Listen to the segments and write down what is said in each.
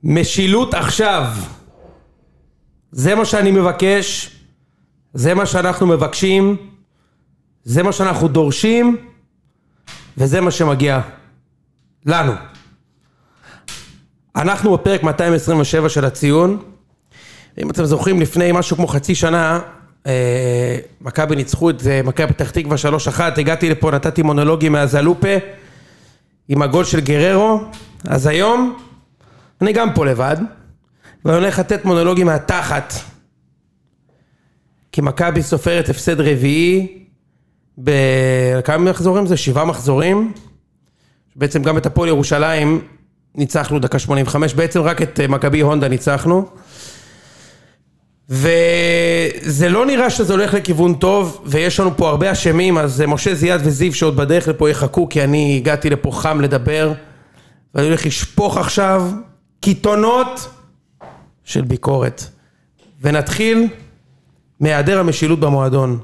משילות עכשיו. זה מה שאני מבקש, זה מה שאנחנו מבקשים, זה מה שאנחנו דורשים, וזה מה שמגיע לנו. אנחנו בפרק 227 של הציון. אם אתם זוכרים, לפני משהו כמו חצי שנה, מכבי ניצחו את מכבי פתח תקווה 3-1, הגעתי לפה, נתתי מונולוגים מהזלופה, עם הגול של גררו. אז היום, אני גם פה לבד, ואני הולך לתת מונולוגים מהתחת, כי מכבי סופרת הפסד רביעי, בכמה מחזורים זה? 7 מחזורים, בעצם גם את הפועל ירושלים ניצחנו דקה 85, בעצם רק את מכבי הונדה ניצחנו, וזה לא נראה שזה הולך לכיוון טוב, ויש לנו פה הרבה אשמים, אז משה זיאד וזיו שעוד בדרך לפה יחכו, כי אני הגעתי לפה חם לדבר, ואני הולך לשפוך עכשיו קיתונות של ביקורת. ונתחיל מהיעדר המשילות במועדון.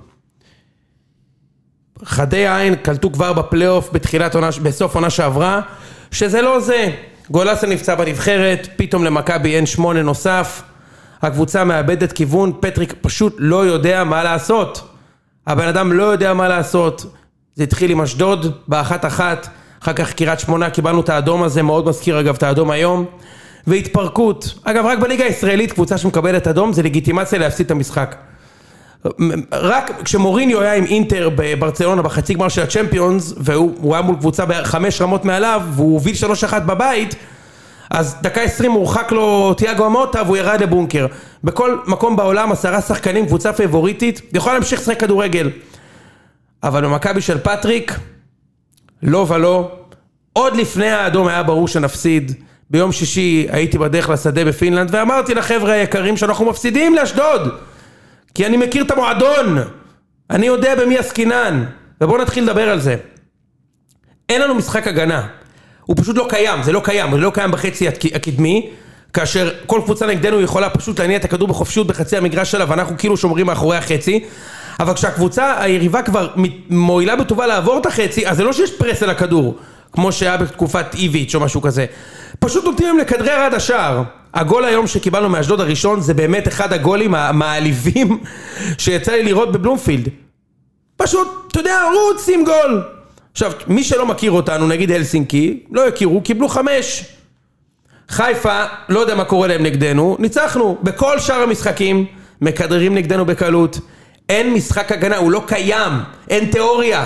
חדי העין קלטו כבר בפלייאוף בסוף עונה שעברה, שזה לא זה. גולסה נפצע בנבחרת, פתאום למכבי אין 8 נוסף, הקבוצה מאבדת כיוון, פטריק פשוט לא יודע מה לעשות. הבן אדם לא יודע מה לעשות. זה התחיל עם אשדוד ב1-1, אחר כך קריית שמונה, קיבלנו את האדום הזה, מאוד מזכיר אגב את האדום היום, והתפרקות. אגב, רק בליגה הישראלית קבוצה שמקבלת אדום, זה לגיטימציה להפסיד את המשחק. רק כשמוריניו היה עם אינטר בברצלונה בחצי גמר של הצ'מפיונס, והוא היה מול קבוצה ב5 רמות מעליו, והוא הוביל 3-1 בבית, אז דקה 20 מורחק לו תיאגו מוטה, והוא ירד לבונקר. בכל מקום בעולם 10 שחקנים, קבוצה פייבוריטית, יכול להמשיך לשחק כדורגל. אבל במכבי של פטריק, לא ולא, עוד לפני האדום היה ברור שנפסיד. ביום שישי הייתי בדרך לשדה בפינלנד, ואמרתי לחבר'ה היקרים שאנחנו מפסידים לאשדוד, כי אני מכיר את המועדון, אני יודע במי עסקינן, ובואו נתחיל לדבר על זה. אין לנו משחק הגנה, הוא פשוט לא קיים, זה לא קיים בחצי הקדמי, כאשר כל קבוצה נגדנו יכולה פשוט להניע את הכדור בחופשיות בחצי המגרש שלה, ואנחנו כאילו שומרים מאחורי החצי, אבל כשהקבוצה היריבה כבר מועילה בטובה לעבור את החצי, אז זה לא שיש פרס על הכדור, כמו שהיה בתקופת איביץ' או משהו כזה. פשוט נותנים להם לכדרר עד השער. הגול היום שקיבלנו מאשדוד הראשון, זה באמת אחד הגולים המעליבים שיצא לי לראות בבלומפילד. פשוט, אתה יודע, רוץ עם גול. עכשיו, מי שלא מכיר אותנו, נגיד הלסינקי, לא יכירו, קיבלו 5. חיפה, לא יודע מה קורה להם נגדנו, ניצחנו. בכל שאר המשחקים, מכדררים נגדנו בקלות. אין משחק הגנה, הוא לא קיים. אין תיאוריה.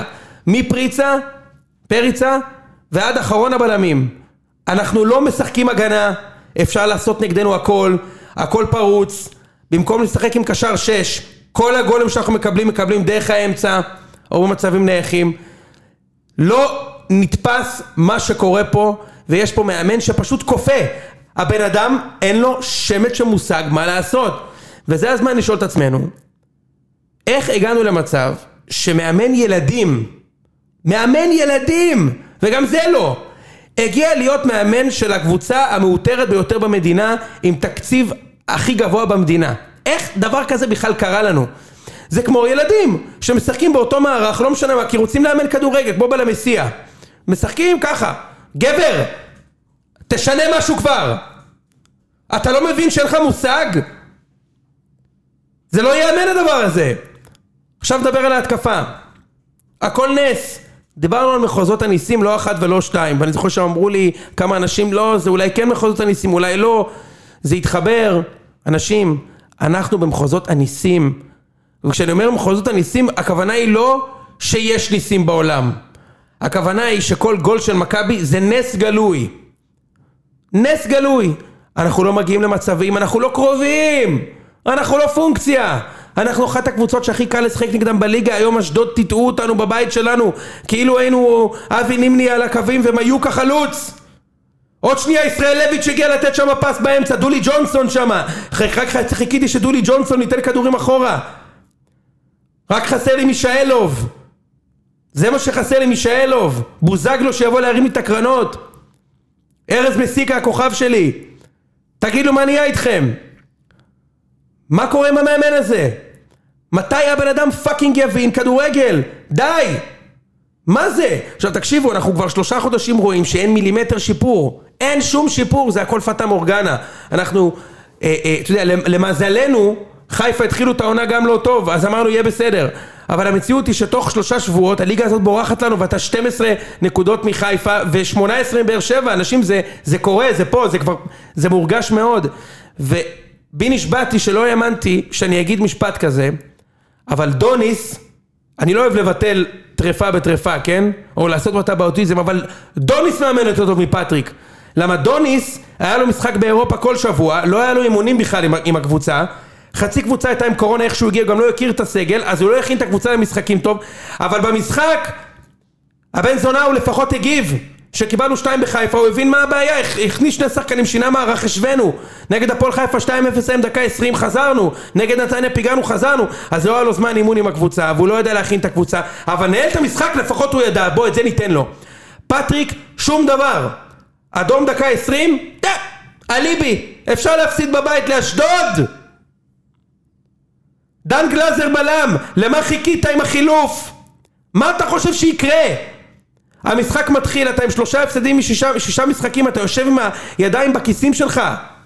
פריצה, ועד אחרון הבלמים. אנחנו לא משחקים הגנה, אפשר לעשות נגדנו הכל פרוץ, במקום לשחק עם קשר 6, כל הגולים שאנחנו מקבלים דרך האמצע, או במצבים נייחים. לא נתפס מה שקורה פה, ויש פה מאמן שפשוט קופה. הבן אדם אין לו שמץ שמושג מה לעשות. וזה הזמן לשאול את עצמנו, איך הגענו למצב שמאמן ילדים, וגם זה לא, הגיע להיות מאמן של הקבוצה המאותרת ביותר במדינה, עם תקציב הכי גבוה במדינה. איך דבר כזה בכלל קרה לנו? זה כמו ילדים שמשחקים באותו מערך, לא משנה מה, כי רוצים לאמן כדורגל, כמו בלמסיע. משחקים ככה, גבר, תשנה משהו כבר. אתה לא מבין שאין לך מושג? זה לא יאמן הדבר הזה. עכשיו נדבר על ההתקפה. הכל נס. דיברנו על מחוזות הניסים, לא 1 ולא 2, ואני זוכר שאמרו לי כמה אנשים, לא, זה אולי כן מחוזות הניסים, אולי לא, זה יתחבר. אנשים, אנחנו במחוזות הניסים, וכשאני אומר מחוזות הניסים, הכוונה היא לא שיש ניסים בעולם, הכוונה היא שכל גול של מכבי זה נס גלוי, אנחנו לא מגיעים למצבים, אנחנו לא קרובים, אנחנו לא פונקציה, אנחנו אחת הקבוצות שהכי קל לשחק נגדם בליגה. היום אשדוד תטעו אותנו בבית שלנו, כאילו היינו אבי נימני על הקווים והם היו כחלוץ. עוד שנייה ישראל לויץ' שהגיע לתת שם פס באמצע, דולי ג'ונסון שם, רק חיכיתי שדולי ג'ונסון ניתן כדורים אחורה. רק חסר לי מישאלוב, זה מה שחסר לי, מישאלוב. בוזגלו שיבוא להרים את הקרנות, ארז מסיקה הכוכב שלי. תגידו מה נהיה איתכם, מה קורה עם המאמן הזה? מתי הבן אדם פאקינג יבין כדורגל? די! מה זה? עכשיו תקשיבו, אנחנו כבר 3 חודשים רואים שאין מילימטר שיפור. אין שום שיפור, זה הכל פטה מורגנה. אנחנו, אתה יודע, למזלנו, חיפה התחילו את העונה גם לא טוב, אז אמרנו יהיה בסדר. אבל המציאות היא שתוך 3 שבועות, הליגה הזאת בורחת לנו, ואתה 12 נקודות מחיפה, ו18 מבאר שבע, אנשים זה קורה, זה פה, זה כבר, זה מורגש מאוד. ובי נשבעתי שלא האמנתי שאני אגיד משפט כזה, אבל דוניס, אני לא אוהב לבטל טרפה בטרפה, כן? או לעשות אותה באוטיזם, אבל דוניס מאמן יותר טוב מפטריק. למה דוניס, היה לו משחק באירופה כל שבוע, לא היה לו אימונים בכלל עם הקבוצה, חצי קבוצה הייתה עם קורונה איך שהוא הגיע, גם לא הכיר את הסגל, אז הוא לא הכין את הקבוצה למשחקים טוב, אבל במשחק, הבן זונה הוא לפחות הגיב, שקיבלנו 2 בחיפה, הוא הבין מה הבעיה, הכניס 2 שחקנים, שינה מערך, השווינו, נגד הפועל חיפה 2-0 דקה 20 חזרנו, נגד נתניה פיגענו חזרנו, אז לא היה לו זמן אימון עם הקבוצה, והוא לא יודע להכין את הקבוצה, אבל נהל את המשחק לפחות הוא ידע, בוא את זה ניתן לו. פטריק, שום דבר, אדום דקה 20, אליבי, אפשר להפסיד בבית לאשדוד. דן גלאזר בלם, למה חיכית עם החילוף? מה אתה חושב שיקרה? המשחק מתחיל, אתה עם 3 הפסדים מ6 משחקים, אתה יושב עם הידיים בכיסים שלך.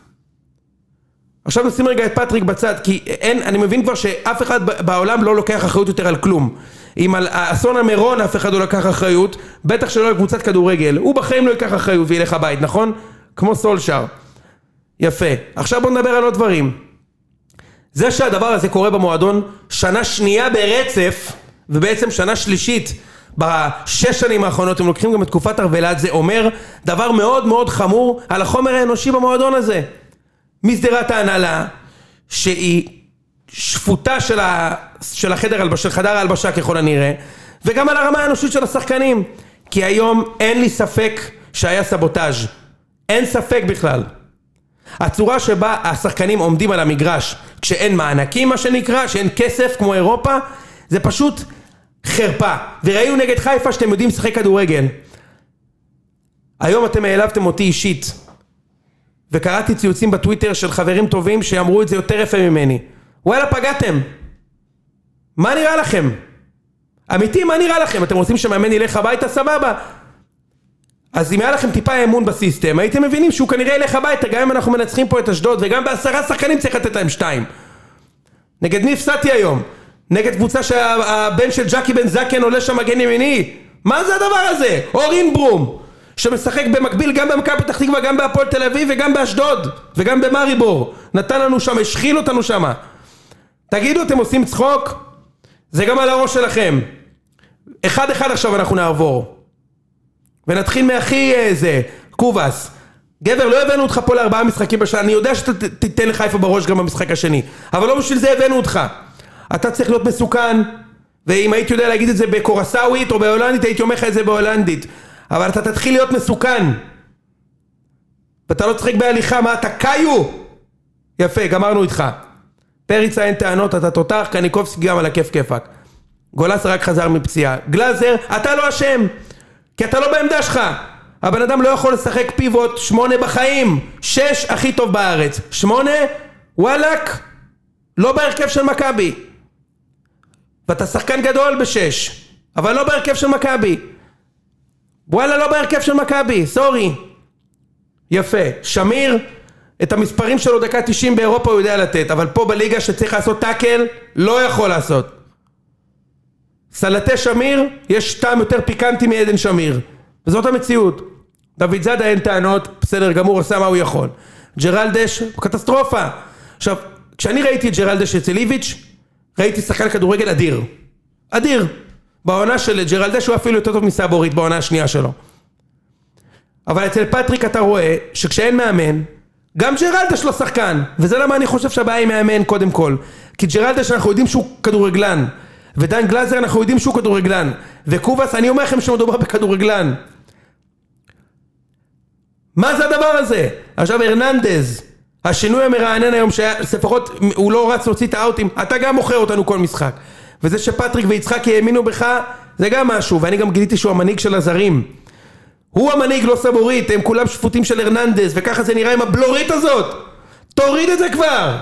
עכשיו נשים רגע את פטריק בצד, כי אני מבין כבר שאף אחד בעולם לא לוקח אחריות יותר על כלום. אם על האסון המירון אף אחד לא לקח אחריות, בטח שלא לקבוצת כדורגל, הוא בחיים לא ייקח אחריות וילך הבית, נכון? כמו סולשר. יפה. עכשיו בוא נדבר על עוד דברים. זה שהדבר הזה קורה במועדון שנה שנייה ברצף, ובעצם שנה שלישית ב6 שנים האחרונות, הם לוקחים גם את תקופת ארוולד, זה אומר דבר מאוד מאוד חמור על החומר האנושי במועדון הזה. מסדרת ההנהלה, שהיא שפוטה של חדר ההלבשה ככל הנראה, וגם על הרמה האנושית של השחקנים, כי היום אין לי ספק שהיה סבוטאז', אין ספק בכלל. הצורה שבה השחקנים עומדים על המגרש, כשאין מענקים מה שנקרא, שאין כסף כמו אירופה, זה פשוט חרפה. וראינו נגד חיפה שאתם יודעים לשחק כדורגל. היום אתם העלבתם אותי אישית, וקראתי ציוצים בטוויטר של חברים טובים שאמרו את זה יותר יפה ממני. וואלה, פגעתם. מה נראה לכם? אמיתי, מה נראה לכם? אתם רוצים שמאמן ילך הביתה? סבבה. אז אם היה לכם טיפה אמון בסיסטם, הייתם מבינים שהוא כנראה ילך הביתה, גם אם אנחנו מנצחים פה את אשדוד, וגם ב10 שחקנים צריך לתת להם 2. נגד מי הפסדתי היום? נגד קבוצה שהבן של ג'קי בן זקן עולה שם מגן ימיני. מה זה הדבר הזה? אורין ברום, שמשחק במקביל גם במכבי פתח תקווה, גם בהפועל תל אביב וגם באשדוד, וגם במריבור. נתן לנו שם, השחיל אותנו שם. תגידו, אתם עושים צחוק? זה גם על הראש שלכם. 1-1 עכשיו אנחנו נעבור. ונתחיל מהכי קובס. גבר, לא הבאנו אותך פה ל4 משחקים בשנה, אני יודע שאתה תיתן לחיפה בראש גם במשחק השני, אבל לא בשביל זה הבאנו אותך. אתה צריך להיות מסוכן, ואם הייתי יודע להגיד את זה בקורסאווית או בהולנדית, הייתי אומר לך את זה בהולנדית. אבל אתה תתחיל להיות מסוכן. ואתה לא תשחק בהליכה, מה אתה קאיו? יפה, גמרנו איתך. פריצה אין טענות, אתה תותח, קניקובסקי גם על הכיף כיפק. גולס רק חזר מפציעה. גלאזר, אתה לא אשם. כי אתה לא בעמדה שלך. הבן אדם לא יכול לשחק פיבוט 8 בחיים. 6 הכי טוב בארץ. 8, וואלק, לא בהרכב של מכבי. ואתה שחקן גדול ב6, אבל לא בהרכב של מכבי. וואלה, לא בהרכב של מכבי, סורי. יפה. שמיר, את המספרים שלו דקה 90 באירופה הוא יודע לתת, אבל פה בליגה שצריך לעשות טאקל, לא יכול לעשות. סלטי שמיר, יש טעם יותר פיקנטי מעדן שמיר. וזאת המציאות. דוד זאדה אין טענות, בסדר גמור, עושה מה הוא יכול. ג'רלדש, קטסטרופה. עכשיו, כשאני ראיתי את ג'רלדש אצל איביץ', ראיתי שחקן כדורגל אדיר. אדיר. בעונה של ג'רלדש הוא אפילו יותר טוב מסאבורית בעונה השנייה שלו. אבל אצל פטריק אתה רואה שכשאין מאמן, גם ג'רלדש לא שחקן. וזה למה אני חושב שהבעיה היא מאמן קודם כל. כי ג'רלדש אנחנו יודעים שהוא כדורגלן. ודן גלאזר אנחנו יודעים שהוא כדורגלן. וקובס אני אומר לכם שמדובר בכדורגלן. מה זה הדבר הזה? עכשיו הרננדז, השינוי המרענן היום שלפחות הוא לא רץ להוציא את האוטים, אתה גם מוכר אותנו כל משחק. וזה שפטריק ויצחק האמינו בך, זה גם משהו, ואני גם גיליתי שהוא המנהיג של הזרים. הוא המנהיג, לא סבורית, הם כולם שפוטים של הרננדז, וככה זה נראה עם הבלורית הזאת. תוריד את זה כבר.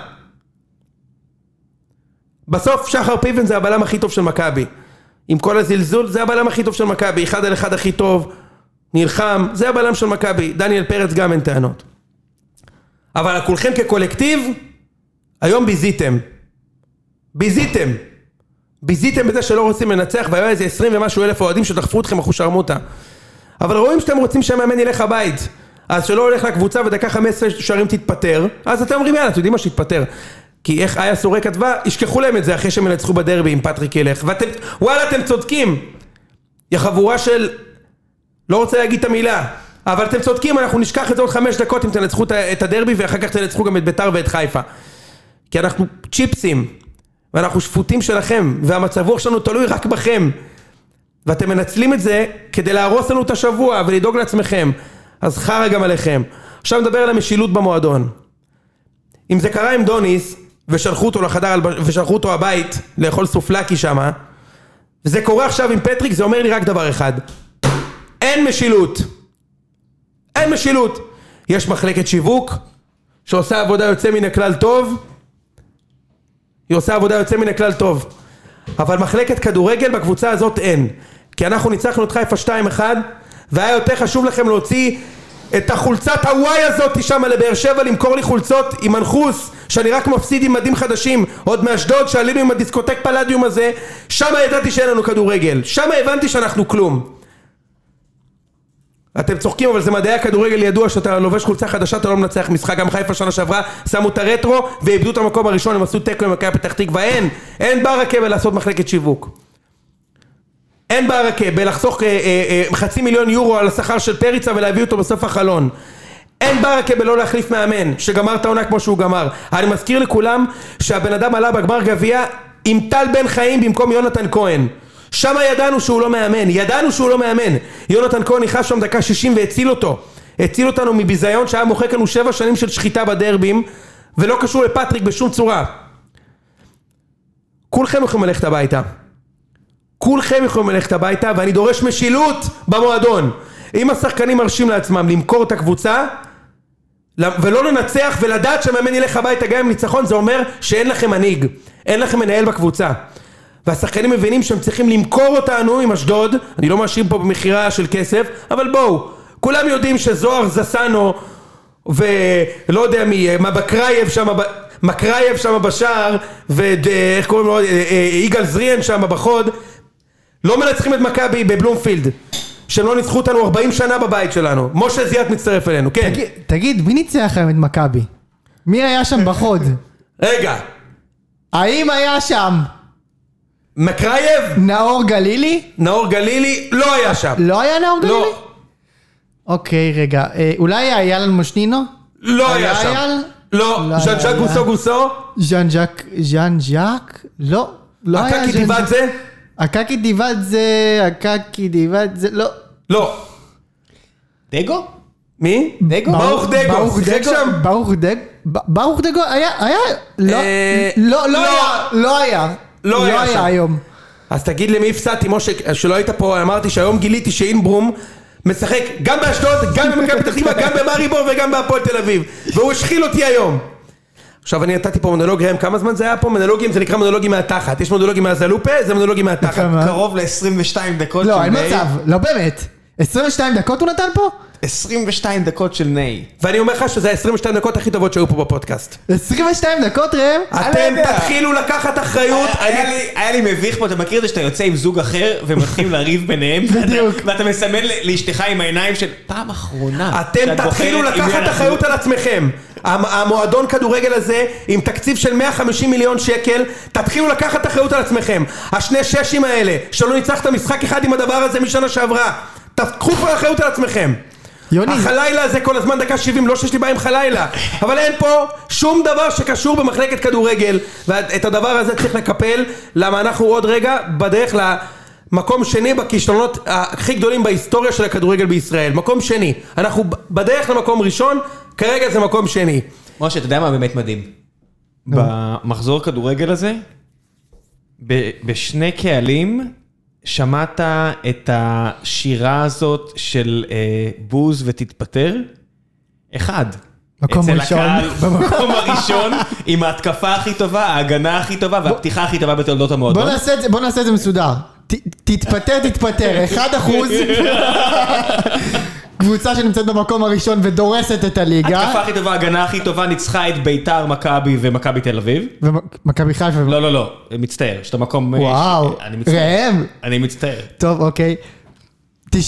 בסוף שחר פיבן זה הבלם הכי טוב של מכבי. עם כל הזלזול, זה הבלם הכי טוב של מכבי, 1-1 הכי טוב. נלחם, זה הבלם של מכבי, דניאל פרץ גם אין טענות. אבל כולכם כקולקטיב, היום ביזיתם בזה שלא רוצים לנצח, והיו איזה 20 ומשהו אלף אוהדים שדחפו אתכם אחושרמוטה. אבל רואים שאתם רוצים שהמאמן ילך הבית, אז שלא הולך לקבוצה ודקה 15 שערים תתפטר, אז אתם אומרים יאללה, אתם יודעים מה שיתפטר. כי איך איה סורי כתבה, ישכחו להם את זה אחרי שהם ינצחו בדרבי עם פטריק ילך, וואלה אתם צודקים, יא חבורה של, לא רוצה להגיד את המילה, אבל אתם צודקים, אנחנו נשכח את זה עוד 5 דקות אם תנצחו את הדרבי, ואחר כך תנצחו גם את ביתר ואת חיפה. כי אנחנו צ'יפסים, ואנחנו שפוטים שלכם, והמצב רוח שלנו תלוי רק בכם. ואתם מנצלים את זה כדי להרוס לנו את השבוע ולדאוג לעצמכם. אז חרה גם עליכם. עכשיו נדבר על המשילות במועדון. אם זה קרה עם דוניס, ושלחו אותו לחדר, ושלחו אותו הבית, לאכול סופלקי שמה, וזה קורה עכשיו עם פטריק, זה אומר לי רק דבר אחד. אין משילות. אין משילות. יש מחלקת שיווק, שעושה עבודה יוצא מן הכלל טוב, היא עושה עבודה יוצא מן הכלל טוב. אבל מחלקת כדורגל בקבוצה הזאת אין. כי אנחנו ניצחנו את חיפה 2-1, והיה יותר חשוב לכם להוציא את החולצת הוואי הזאת שם לבאר שבע, למכור לי חולצות עם מנחוס, שאני רק מפסיד עם מדים חדשים, עוד מאשדוד שעלינו עם הדיסקוטק פלדיום הזה, שם ידעתי שאין לנו כדורגל, שם הבנתי שאנחנו כלום. אתם צוחקים, אבל זה מדעי הכדורגל ידוע שאתה לובש חולצה חדשה, אתה לא מנצח משחק. גם חיפה שנה שעברה שמו את הרטרו ואיבדו את המקום הראשון, הם עשו תיקו עם מכבי פתח תקווה. אין ברכה בלעשות מחלקת שיווק. אין ברכה בלחסוך 500,000 יורו על השכר של פריצה ולהביא אותו בסוף החלון. אין ברכה בלא להחליף מאמן שגמר את העונה כמו שהוא גמר. אני מזכיר לכולם שהבן אדם עלה בגמר גביע עם טל בן חיים במקום יונתן כהן. שם ידענו שהוא לא מאמן, יונתן כהן נכנס שם דקה 60 והציל אותו, הציל אותנו מביזיון שהיה מוחק לנו 7 שנים של שחיטה בדרבים, ולא קשור לפטריק בשום צורה. כולכם יכולים ללכת הביתה, ואני דורש משילות במועדון. אם השחקנים מרשים לעצמם למכור את הקבוצה, ולא לנצח ולדעת שהמאמן ילך הביתה גם עם ניצחון, זה אומר שאין לכם מנהיג, אין לכם מנהל בקבוצה. והשחקנים מבינים שהם צריכים למכור אותנו עם אשדוד, אני לא מאשים פה במחירה של כסף, אבל בואו, כולם יודעים שזוהר זסנו, ולא יודע מי, מקרייב שם בשער, ואיך קוראים לו, יגאל זריאן שם בחוד, לא מנצחים את מכבי בבלומפילד, שהם לא ניצחו אותנו 40 שנה בבית שלנו. משה זיאת מצטרף אלינו, כן. תגיד, מי ניצח היום את מכבי? מי היה שם בחוד? רגע. האם היה שם? מקרייב? נאור גלילי? נאור גלילי לא היה שם. לא היה נאור גלילי? לא. אוקיי, רגע. אולי היה אייל מושנינו? לא היה שם. לא. ז'אן ז'אק גוסו? ז'אן ז'אק? לא. הקקי דיבדזה? הקקי דיבדזה, לא. לא. דגו? מי? דגו? ברוך דגו. ברוך דגו היה? לא היה היום. אז תגיד לי מי הפסדתי, משה, שלא היית פה, אמרתי שהיום גיליתי שאינברום משחק גם באשדוד, גם במכבי פתח תקווה, גם במאריבור וגם בהפועל תל אביב, והוא השחיל אותי היום. עכשיו אני נתתי פה מונולוג, ראם, כמה זמן זה היה פה? מונולוגים, זה נקרא מונולוגים מהתחת. יש מונולוגים מהזלופה, זה מונולוגים מהתחת. קרוב ל-22 דקות של לא, אין ניי. מצב, לא באמת. 22 דקות הוא נתן פה? 22 דקות של ניי. ואני אומר לך שזה 22 דקות הכי טובות שהיו פה בפודקאסט. 22 דקות, ראם? אתם תתחילו לקחת אחריות. היה לי מביך פה, אתה מכיר את זה שאתה יוצא עם זוג אחר ומתחילים לריב ביניהם, ואתה מסמן לאשתך עם העיניים של פעם אחרונה. אתם תתחילו לקחת אחריות על עצמכם. המועדון כדורגל הזה עם תקציב של 150 מיליון שקל, תתחילו לקחת אחריות על עצמכם. השני ששים האלה שלא ניצחת משחק אחד עם הדבר הזה משנה שעברה, תקחו כבר אחריות על עצמכם. החלילה הזה כל הזמן דקה 70, לא שיש לי בעיה עם חלילה, אבל אין פה שום דבר שקשור במחלקת כדורגל, ואת הדבר הזה צריך לקפל, למה אנחנו עוד רגע בדרך למקום שני בכישלונות הכי גדולים בהיסטוריה של הכדורגל בישראל. מקום שני, אנחנו בדרך למקום ראשון, כרגע זה מקום שני. משה, אתה יודע מה באמת מדהים? במחזור כדורגל הזה, בשני קהלים, שמעת את השירה הזאת של בוז ותתפטר? אחד. מקום ראשון. במקום הראשון, עם ההתקפה הכי טובה, ההגנה הכי טובה, והפתיחה הכי טובה בתולדות המועדון. בוא נעשה את זה מסודר. תתפטר, 1%. קבוצה שנמצאת במקום הראשון ודורסת את הליגה. התקפה הכי טובה, הגנה הכי טובה, ניצחה את ביתר, מכבי ומכבי תל אביב. ומכבי חיפה. לא, מצטער, שאתה מקום... וואו, ראם. אני מצטער. טוב, אוקיי. 99%.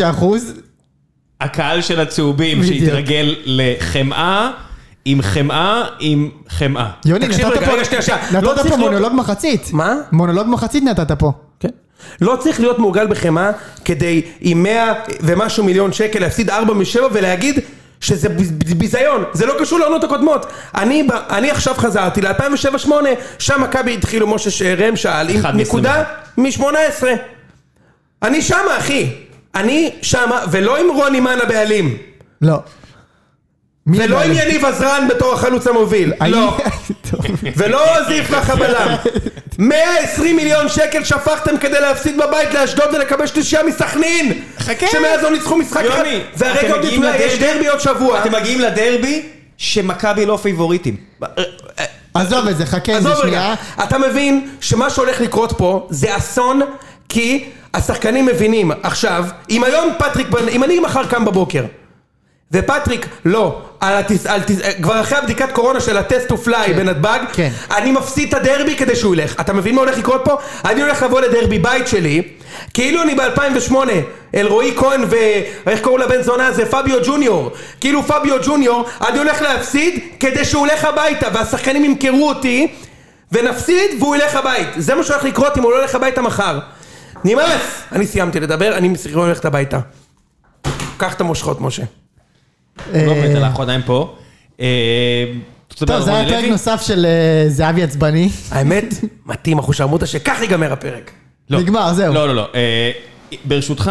הקהל של הצהובים שהתרגל לחמאה, עם חמאה. יוני, נתת פה מונולוג מחצית. מה? מונולוג מחצית נתת פה. כן. לא צריך להיות מעוגל בחמה כדי עם 100 ומשהו מיליון שקל להפסיד 4 מ-7 ולהגיד שזה ביזיון, זה לא קשור לעונות הקודמות. אני עכשיו חזרתי ל-2007-2008, שם מכבי התחילו, משה שרם שאל, עם נקודה מ-18. אני שמה, אחי. אני שמה, ולא עם רוני מן הבעלים. לא. ולא עם יניב עזרן בתור החלוץ המוביל. לא. ולא זיף לך בלם. 120 מיליון שקל שפכתם כדי להפסיד בבית לאשדוד ולקבל שלישייה מסכנין. שמאז לא ניצחו משחק אחד. והרגע עוד יש דרבי עוד שבוע. אתם מגיעים לדרבי שמכבי לא פייבוריטים. עזוב את זה, חכה את זה שנייה. אתה מבין שמה שהולך לקרות פה זה אסון, כי השחקנים מבינים. עכשיו, אם היום פטריק, אם אני מחר קם בבוקר ופטריק לא, כבר אחרי הבדיקת קורונה של הטסט ופליי בנתב"ג, אני מפסיד את הדרבי כדי שהוא ילך. אתה מבין מה הולך לקרות פה? אני הולך לבוא לדרבי בית שלי, כאילו אני ב-2008, אלרועי כהן ואיך קראו לבן זונה הזה, פביו ג'וניור, כאילו פביו ג'וניור, אני הולך להפסיד כדי שהוא ילך הביתה, והשחקנים ימכרו אותי, ונפסיד והוא ילך הבית. זה מה שהולך לקרות אם הוא לא ילך הביתה מחר. נמאס! אני סיימתי לדבר, אני מסריחו ללכת הביתה. קח את המושכות, משה. הוא לא מת עליך, עדיין פה. טוב, זה היה פרק נוסף של זהבי עצבני. האמת, מתאים, אחו שרמוטה שכך ייגמר הפרק. נגמר, זהו. לא. ברשותך.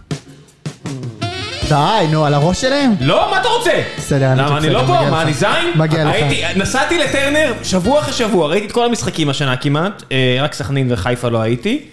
די, נו, על הראש שלהם? לא, מה אתה רוצה? בסדר, למה אני לא פה? מה, אני זין? מגיע לך. נסעתי לטרנר שבוע אחרי שבוע, ראיתי את כל המשחקים השנה כמעט, רק סכנין וחיפה לא הייתי.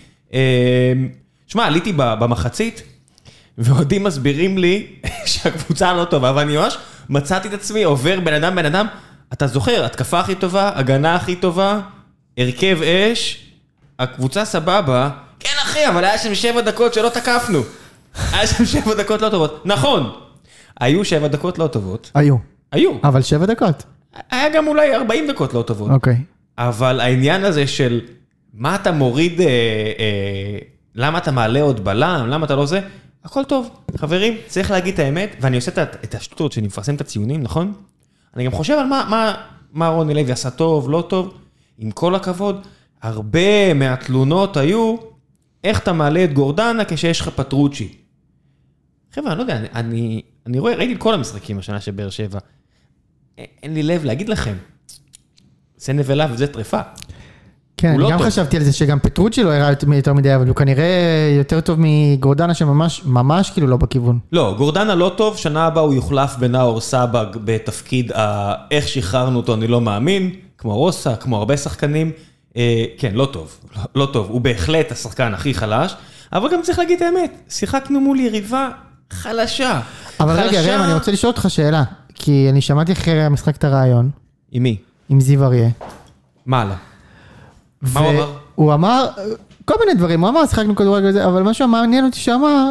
שמע, עליתי במחצית, ועודים מסבירים לי שהקבוצה לא טובה, ואני ממש מצאתי את עצמי, עובר בן אדם, אתה זוכר, התקפה הכי טובה, הגנה הכי טובה, הרכב אש, הקבוצה סבבה, כן אחי, אבל היה שם 7 דקות שלא תקפנו. היה שם 7 דקות לא טובות. נכון, היו 7 דקות לא טובות. היו. אבל 7 דקות. היה גם אולי 40 דקות לא טובות. אוקיי. אבל העניין הזה של מה אתה מוריד, למה אתה מעלה עוד בלם, למה אתה לא זה, הכל טוב. חברים, צריך להגיד את האמת, ואני עושה את השטות שאני מפרסם את הציונים, נכון? אני גם חושב על מה רוני לוי עשה טוב, לא טוב. עם כל הכבוד, הרבה מהתלונות היו, איך אתה מעלה את גורדנה כשיש לך פטרוצ'י. חבר'ה, אני לא יודע, אני רואה, ראיתי את כל המשחקים השנה של באר שבע. אין לי לב להגיד לכם. זה נבלה וזה טרפה. כן, אני גם חשבתי על זה שגם פטרוצ'י לא הראה יותר מדי, אבל הוא כנראה יותר טוב מגורדנה שממש כאילו לא בכיוון. לא, גורדנה לא טוב, שנה הבאה הוא יוחלף בנאור סבג בתפקיד איך שחררנו אותו, אני לא מאמין, כמו רוסה, כמו הרבה שחקנים. כן, לא טוב, לא טוב, הוא בהחלט השחקן הכי חלש, אבל גם צריך להגיד את האמת, שיחקנו מול יריבה חלשה. אבל רגע, ראם, אני רוצה לשאול אותך שאלה, כי אני שמעתי אחרי המשחק את הרעיון. עם מי? עם זיו אריה. מה לה? מה הוא אמר? הוא אמר, כל מיני דברים, הוא אמר, שיחקנו כדורגל וזה, אבל משהו מעניין אותי שאמר,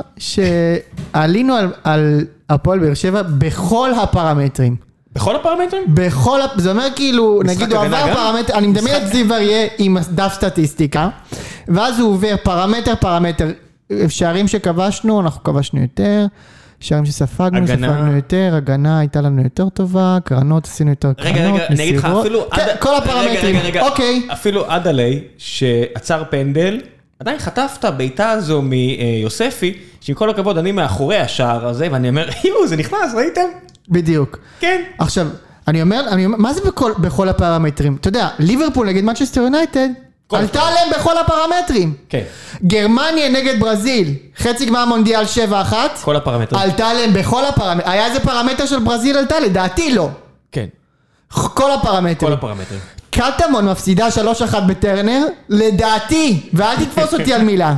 שעלינו על הפועל באר שבע בכל הפרמטרים. בכל הפרמטרים? זה אומר כאילו, נגיד הוא עבר פרמטר, אני מדמיין את זיו אריה עם דף סטטיסטיקה, ואז הוא עובר פרמטר, שערים שכבשנו, אנחנו כבשנו יותר, שערים שספגנו יותר, הגנה הייתה לנו יותר טובה, קרנות עשינו יותר קרנות, רגע, אני אגיד לך, אפילו... כל הפרמטרים, אוקיי. אפילו עד עלי, שעצר פנדל, עדיין חטפת ביתה הזו מיוספי, שעם כל הכבוד אני מאחורי השער הזה, ואני אומר, זה נכנס, ראיתם? בדיוק. כן. עכשיו, אני אומר, מה זה בכל הפרמטרים? אתה יודע, ליברפול נגד מנצ'סטר יונייטד, עלתה עליהם בכל הפרמטרים. כן. גרמניה נגד ברזיל, חצי גמר מונדיאל 7-1. כל הפרמטרים. עלתה עליהם בכל הפרמטרים. היה איזה פרמטר של ברזיל עלתה? לדעתי לא. כן. כל הפרמטרים. כל הפרמטרים. קטמון מפסידה 3-1 בטרנר, לדעתי, ואל תתפוס אותי על מילה.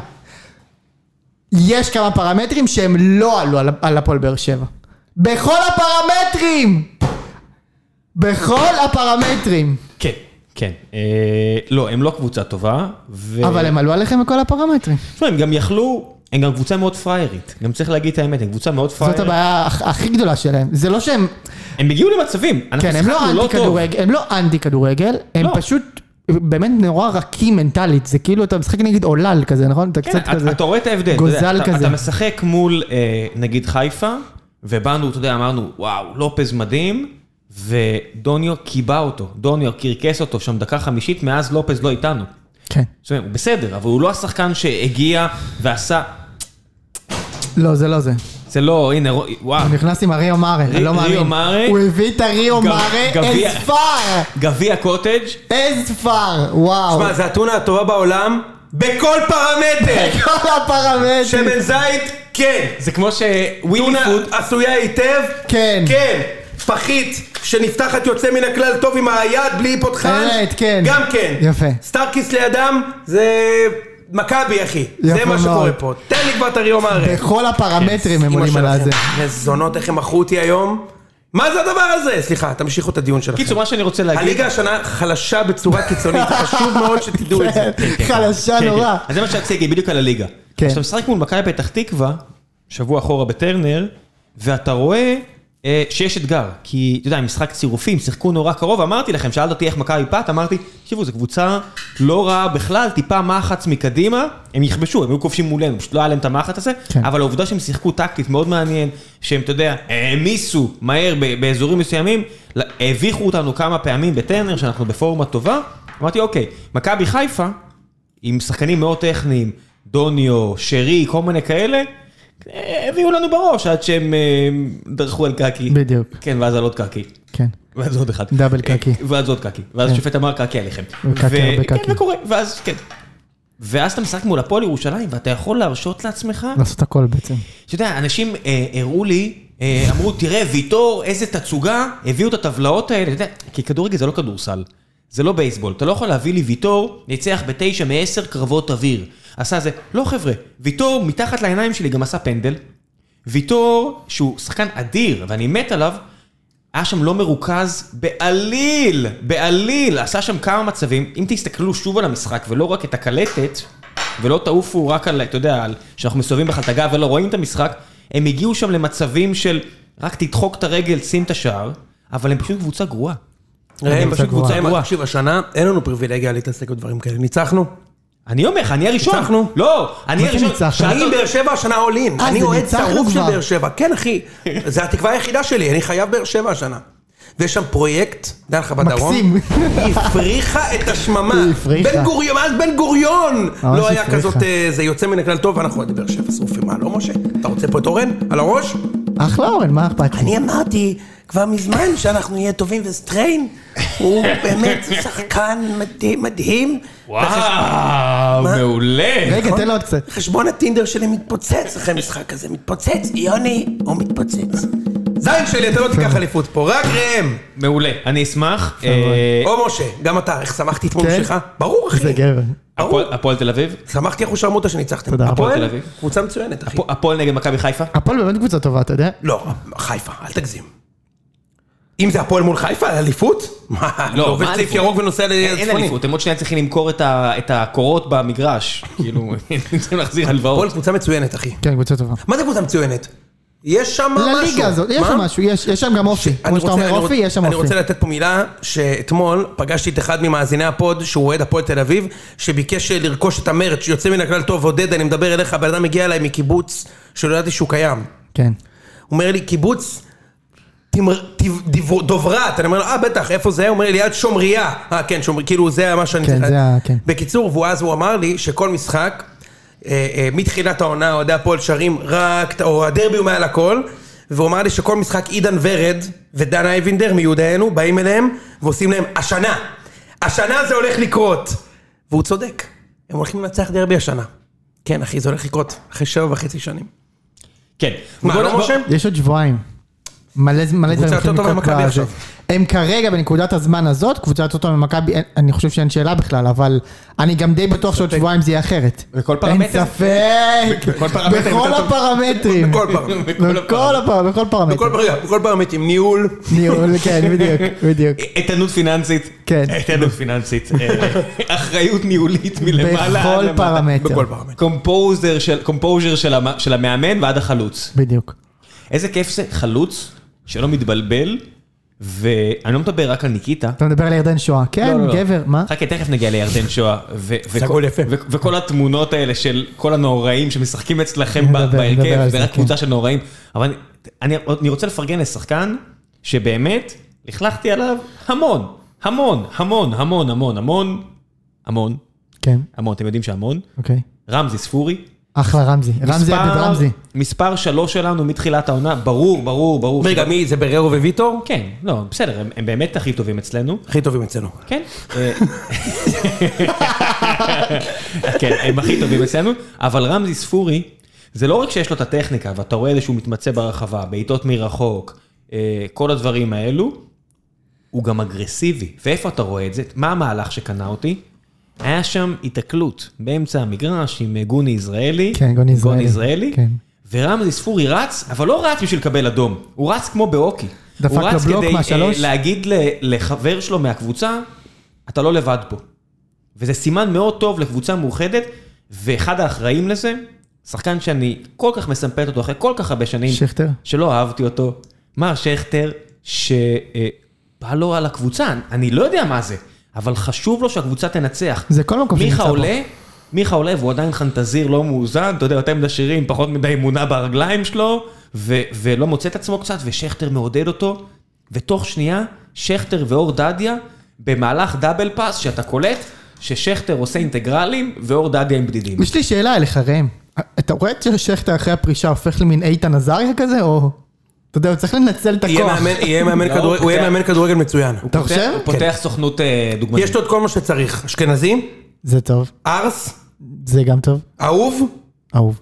יש כמה פרמטרים שהם לא עלו על הפועל באר שבע. בכל הפרמטרים! בכל הפרמטרים. כן. כן. לא, הם לא קבוצה טובה. אבל הם עלו עליכם בכל הפרמטרים. הם גם יכלו, הם גם קבוצה מאוד פריירית. גם צריך להגיד את האמת, הם קבוצה מאוד פריירית. זאת הבעיה הכי גדולה שלהם. זה לא שהם... הם הגיעו למצבים. כן, הם לא אנטי כדורגל, הם פשוט... באמת נורא רכים מנטלית, זה כאילו אתה משחק נגיד עולל כזה, נכון? אתה קצת כזה אתה רואה את ההבדל, גוזל כזה. אתה משחק מול נגיד חיפה, ובאנו, אתה יודע, אמרנו, וואו, לופז מדהים, ודוניו קיבע אותו, דוניו קרקס אותו שם דקה 50, מאז לופז לא איתנו. כן. זאת אומרת, הוא בסדר, אבל הוא לא השחקן שהגיע ועשה... לא, זה לא זה. זה לא, הנה, וואו. הוא נכנס עם הריו מארה, אני לא מאמין. ריו מארה. הוא הביא את הריו מארה, איזה פאר. גביע קוטג'. איזה פאר, וואו. שמע, זה הטונה הטובה בעולם, בכל פרמטר. בכל הפרמטר. שמן זית, כן. זה כמו שווילי טונה פוד. עשויה היטב, כן. כן. פחית שנפתחת יוצא מן הכלל טוב עם היד בלי פותחן, אמת, כן. גם כן. יפה. סטארקיס לידם זה מכבי אחי, זה מה שקורה פה. תן לי כבר את הריו מארה. בכל הפרמטרים הם עולים על הזה. מזונות איך הם מכרו אותי היום. מה זה הדבר הזה? סליחה, תמשיכו את הדיון שלכם. קיצור, מה שאני רוצה להגיד... הליגה השנה חלשה בצורה קיצונית, חשוב מאוד שתדעו את זה. חלשה נורא. אז זה מה שרציתי להגיד בדיוק על הליגה. כשאתה משחק מול מכבי פתח תקווה, שבוע אחורה בטרנר, ואתה רואה שיש אתגר, כי אתה יודע, משחק צירופים, שיחקו נורא קרוב, אמרתי לכם, שאלת אותי איך מכבי פת, אמרתי, תקשיבו, זו קבוצה לא רעה בכלל, טיפה מחץ מקדימה, הם יכבשו, הם היו כובשים מולנו, פשוט לא היה להם את המחץ הזה, אבל העובדה שהם שיחקו טקטית מאוד מעניין, שהם, אתה יודע, העמיסו מהר באזורים מסוימים, הביכו אותנו כמה פעמים בטרנר, שאנחנו בפורמה טובה, אמרתי, אוקיי, מכבי חיפה, עם שחקנים מאוד טכניים, דוניו, שרי, כל מיני כאלה, הביאו לנו בראש עד שהם דרכו על קקי. בדיוק. כן, ואז על עוד קקי. כן. ואז עוד אחד. דאבל קקי. ואז עוד קקי. ואז השופט אמר קקי עליכם. וקקי הרבה קקי. כן, וקורה. ואז, כן. ואז אתה משחק מול הפועל ירושלים, ואתה יכול להרשות לעצמך. לעשות הכל בעצם. אתה יודע, אנשים הראו לי, אמרו, תראה, ויטור, איזה תצוגה, הביאו את הטבלאות האלה. אתה יודע, כי כדורגל זה לא כדורסל. זה לא בייסבול. אתה לא יכול להביא לי ויטור, ניצח ב9 מ10 קרבות אוויר. עשה זה, לא חבר'ה, ויטור מתחת לעיניים שלי גם עשה פנדל, ויטור שהוא שחקן אדיר, ואני מת עליו, היה שם לא מרוכז בעליל, עשה שם כמה מצבים, אם תסתכלו שוב על המשחק, ולא רק את הקלטת, ולא תעופו רק על, אתה יודע, שאנחנו מסובבים בכלל את הגב ולא רואים את המשחק, הם הגיעו שם למצבים של, רק תדחוק את הרגל, שים את השער, אבל הם פשוט קבוצה גרועה. הם פשוט קבוצה גרועה. תקשיב, השנה אין לנו פריבילגיה להתעסק בדברים כאלה, ניצחנו? אני אומר לך, אני הראשון. ניצחנו? לא, אני הראשון. אני עם באר שבע השנה אולין. אני אוהד שרוף של באר שבע. כן, אחי. זה התקווה היחידה שלי. אני חייב באר שבע השנה. ויש שם פרויקט, דע לך בדרום. מקסים. היא הפריחה את השממה. בן גוריון. לא היה כזאת, זה יוצא מן הכלל טוב, ואנחנו עד באר שבע שרופים. מה, לא משה? אתה רוצה פה את אורן? על הראש? אחלה אורן, מה אכפת לי? אני אמרתי כבר מזמן שאנחנו נהיה טובים וסטריין. הוא באמת שחקן מדהים. וואו, מעולה. רגע, תן לו עוד קצת. חשבון הטינדר שלי מתפוצץ אחרי משחק הזה. מתפוצץ, יוני, הוא מתפוצץ. זין שלי, אתה לא תיקח אליפות פה, רק ראם. מעולה, אני אשמח. או משה, גם אתה, איך שמחתי אתמול בשבילך? ברור, אחי. זה גבר. הפועל תל אביב? שמחתי אחו שרמוטה שניצחתם. תודה. הפועל תל אביב. קבוצה מצוינת, אחי. הפועל נגד מכבי חיפה? הפועל באמת קבוצה טובה, אתה יודע? לא, חיפה, אל תגזים. אם זה הפועל מול חיפה, אליפות? מה? לא, עובד צעיף ירוק ונוסע לצפוני. אין אליפות, הם עוד שניה צריכים למכור את הקורות במגרש. כאילו, צריכים להחזיר הלוואות. הפועל קבוצה מצוינת, אחי. כן, קבוצה טובה. מה זה קבוצה מצוינת? יש שם משהו. לליגה הזאת, יש שם משהו, יש שם גם אופי. כמו שאתה אומר אופי, יש שם אופי. אני רוצה לתת פה מילה, שאתמול פגשתי את אחד ממאזיני הפוד, שהוא אוהד הפועל תל אביב, שביקש לרכוש את המרץ, שיוצא מן הכלל טוב, עודד, אני מדבר אליך, הבן אדם מגיע אליי מקיבוץ, שלא ידעתי שהוא קיים. כן. הוא אומר לי, קיבוץ דוברת, אני אומר לו, בטח, איפה זה? הוא אומר לי, ליד שומריה. כן, כאילו זה מה שאני צריך. כן. בקיצור, ואז הוא אמר לי, שכל משחק, מתחילת העונה, אוהדי הפועל שרים רק, או הדרבי הוא מעל הכל, והוא אמר לי שכל משחק עידן ורד ודן אייבינדר מיודענו באים אליהם ועושים להם השנה זה הולך לקרות, והוא צודק, הם הולכים לנצח דרבי השנה. כן אחי, זה הולך לקרות אחרי 7.5 שנים. כן. מה, לא משה? יש עוד שבועיים. מלא דברים יותר טובה ממכבי עכשיו. הם כרגע בנקודת הזמן הזאת, קבוצה יותר טובה ממכבי, אני חושב שאין שאלה בכלל, אבל אני גם די בטוח שעוד שבועיים זה יהיה אחרת. בכל פרמטר? אין ספק. בכל הפרמטרים. בכל פרמטרים. בכל פרמטרים, ניהול. כן, בדיוק. איתנות פיננסית. כן. איתנות פיננסית. אחריות ניהולית מלמעלה. בכל פרמטר. קומפוז'ר של המאמן ועד החלוץ. בדיוק. איזה כיף זה, חלוץ שלא מתבלבל, ואני לא מדבר רק על ניקיטה. אתה מדבר על ירדן שואה, כן, גבר, מה? חכה, תכף נגיע לירדן שואה. סגול יפה. וכל התמונות האלה של כל הנוראים שמשחקים אצלכם בהרכב, זה רק קבוצה של נוראים. אבל אני רוצה לפרגן לשחקן, שבאמת, לכלכתי עליו המון, המון, המון, המון, המון, המון, המון. כן. המון, אתם יודעים שהמון. אוקיי. רמזי ספורי. אחלה רמזי, רמזי עבד רמזי. מספר 3 שלנו מתחילת העונה, ברור. רגע, מי זה בררו וויטור? כן, לא, בסדר, הם באמת הכי טובים אצלנו. הכי טובים אצלנו. כן. כן, הם הכי טובים אצלנו, אבל רמזי ספורי, זה לא רק שיש לו את הטכניקה, ואתה רואה שהוא מתמצא ברחבה, בעיטות מרחוק, כל הדברים האלו, הוא גם אגרסיבי. ואיפה אתה רואה את זה? מה המהלך שקנה אותי? היה שם התקלות באמצע המגרש עם גוני ישראלי. כן, גוני ישראלי. כן. ורמזי ספורי רץ, אבל לא רץ בשביל לקבל אדום. הוא רץ כמו באוקי. דפק לו בלוק מהשלוש. להגיד לחבר שלו מהקבוצה, אתה לא לבד פה. וזה סימן מאוד טוב לקבוצה מאוחדת, ואחד האחראים לזה, שחקן שאני כל כך מסמפת אותו אחרי כל כך הרבה שנים, שכטר. שלא אהבתי אותו, מר שכטר, שבא לו על הקבוצה, אני לא יודע מה זה. אבל חשוב לו שהקבוצה תנצח. זה כל מקום שנמצא פה. מיכה עולה, והוא עדיין חנטזיר לא מאוזן, אתה יודע, אתם דשירים, פחות מדי אמונה ברגליים שלו, ולא מוצא את עצמו קצת, ושכטר מעודד אותו, ותוך שנייה, שכטר ואור דדיה, במהלך דאבל פאס, שאתה קולט, ששכטר עושה אינטגרלים, ואור דדיה עם בדידים. יש לי שאלה אליך, ראם. אתה רואה ששכטר אחרי הפרישה הופך למין איתן עזריה כזה, או... אתה יודע, הוא צריך לנצל את הכוח. הוא יהיה מאמן כדורגל מצוין. אתה חושב? הוא פותח סוכנות דוגמנית. יש לו את כל מה שצריך. אשכנזים. זה טוב. ארס. זה גם טוב. אהוב.